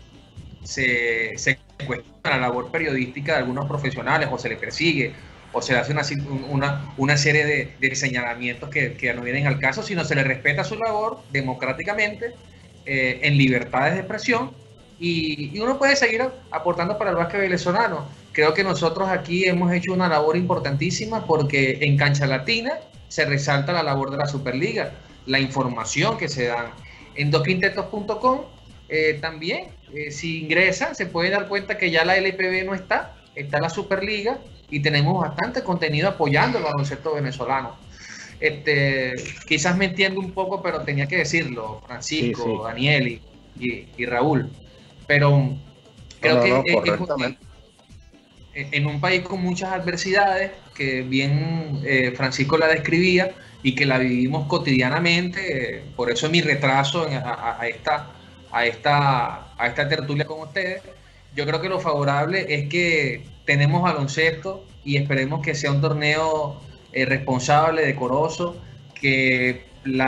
se, se cuestiona la labor periodística de algunos profesionales o se les persigue o se le hace una, una, una serie de, de señalamientos que, que no vienen al caso, sino se le respeta su labor democráticamente, eh, en libertades de expresión, y, y uno puede seguir aportando para el básquet venezolano. Creo que nosotros aquí hemos hecho una labor importantísima porque en Cancha Latina se resalta la labor de la Superliga, la información que se da. En dos quintetos punto com eh, también, eh, si ingresan, se puede dar cuenta que ya la L P B no está, está la Superliga, y tenemos bastante contenido apoyando el baloncesto venezolano. Este, quizás me entiendo un poco, pero tenía que decirlo, Francisco, sí, sí. Daniel y, y, y Raúl. Pero creo no, no, que no, es, es, en un país con muchas adversidades, que bien eh, Francisco la describía y que la vivimos cotidianamente, eh, por eso mi retraso en, a, a, esta, a, esta, a esta tertulia con ustedes. Yo creo que lo favorable es que tenemos baloncesto y esperemos que sea un torneo eh, responsable, decoroso, que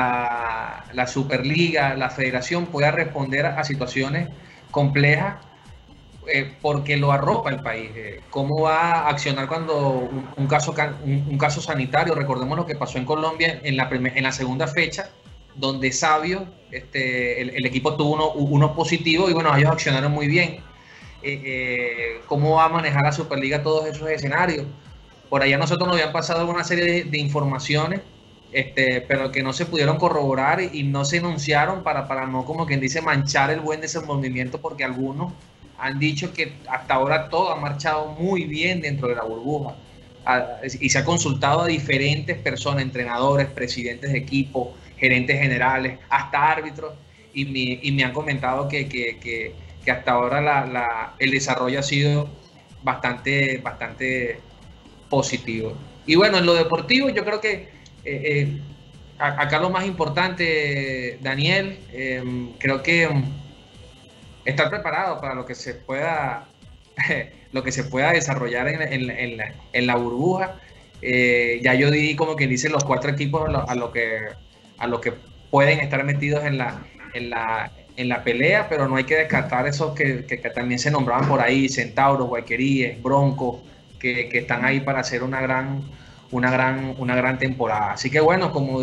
la, la Superliga, la Federación pueda responder a, a situaciones complejas, eh, porque lo arropa el país. Eh, ¿Cómo va a accionar cuando un, un, caso, un, un caso sanitario? Recordemos lo que pasó en Colombia en la, primer, en la segunda fecha, donde Sabio, este, el, el equipo tuvo uno, uno positivo y bueno, ellos accionaron muy bien. Eh, eh, cómo va a manejar la Superliga todos esos escenarios. Por allá nosotros nos habían pasado una serie de, de informaciones, este, pero que no se pudieron corroborar y, y no se enunciaron para, para no, como quien dice, manchar el buen desenvolvimiento, porque algunos han dicho que hasta ahora todo ha marchado muy bien dentro de la burbuja. A, y se ha consultado a diferentes personas, entrenadores, presidentes de equipo, gerentes generales, hasta árbitros, y me, y me han comentado que, que, que que hasta ahora la, la, el desarrollo ha sido bastante, bastante positivo. Y bueno, en lo deportivo yo creo que eh, eh, acá lo más importante, Daniel, eh, creo que um, estar preparado para lo que se pueda, lo que se pueda desarrollar en, en, en, la, en la burbuja. Eh, ya yo di como que dice los cuatro equipos a lo, a lo, que, a lo que pueden estar metidos en la, en la en la pelea, pero no hay que descartar esos que, que, que también se nombraban por ahí, Centauros, Guayqueríes, Broncos, que, que están ahí para hacer una gran, una gran, una gran temporada. Así que bueno, como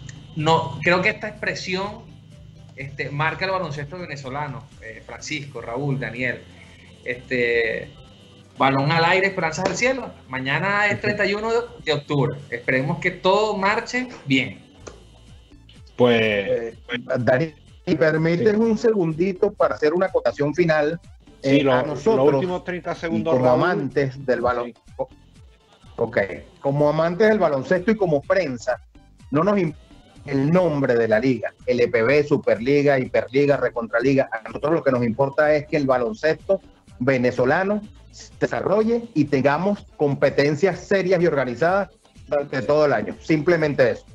no, creo que esta expresión este, marca el baloncesto venezolano. eh, Francisco, Raúl, Daniel, este, balón al aire, esperanzas al cielo. Mañana es treinta y uno de octubre, esperemos que todo marche bien. Pues, eh, Daniel, si permites un segundito para hacer una acotación final. Sí, eh, lo, a nosotros, los últimos treinta segundos, como Raúl, amantes del balón, sí. ok, como amantes del baloncesto y como prensa, no nos importa el nombre de la liga, L P B, Superliga, Hiperliga, Recontraliga. A nosotros lo que nos importa es que el baloncesto venezolano se desarrolle y tengamos competencias serias y organizadas durante todo el año. Simplemente eso.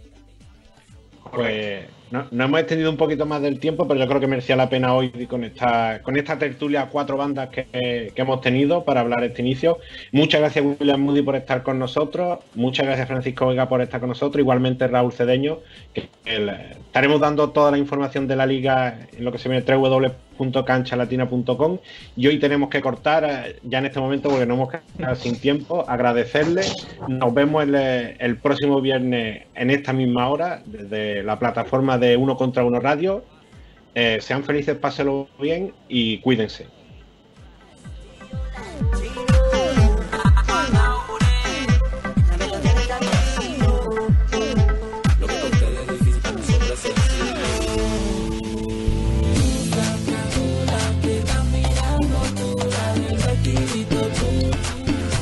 Pues no, no hemos extendido un poquito más del tiempo, pero yo creo que merecía la pena hoy con esta, con esta tertulia a cuatro bandas que, que hemos tenido para hablar de este inicio. Muchas gracias, William Moody, por estar con nosotros. Muchas gracias, Francisco Vega, por estar con nosotros. Igualmente, Raúl Cedeño, que el, estaremos dando toda la información de la liga en lo que se viene doble u doble u doble u punto cancha latina punto com. Y hoy tenemos que cortar ya en este momento porque nos hemos quedado sin tiempo. Agradecerle. Nos vemos el, el próximo viernes en esta misma hora desde la plataforma de Uno contra Uno Radio. Eh, sean felices, pásenlo bien y cuídense.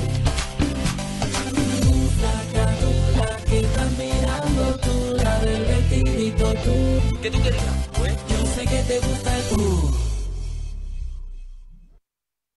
Que estás mirando tú, la del ¿Qué tú querías? Pues yo sé que te gusta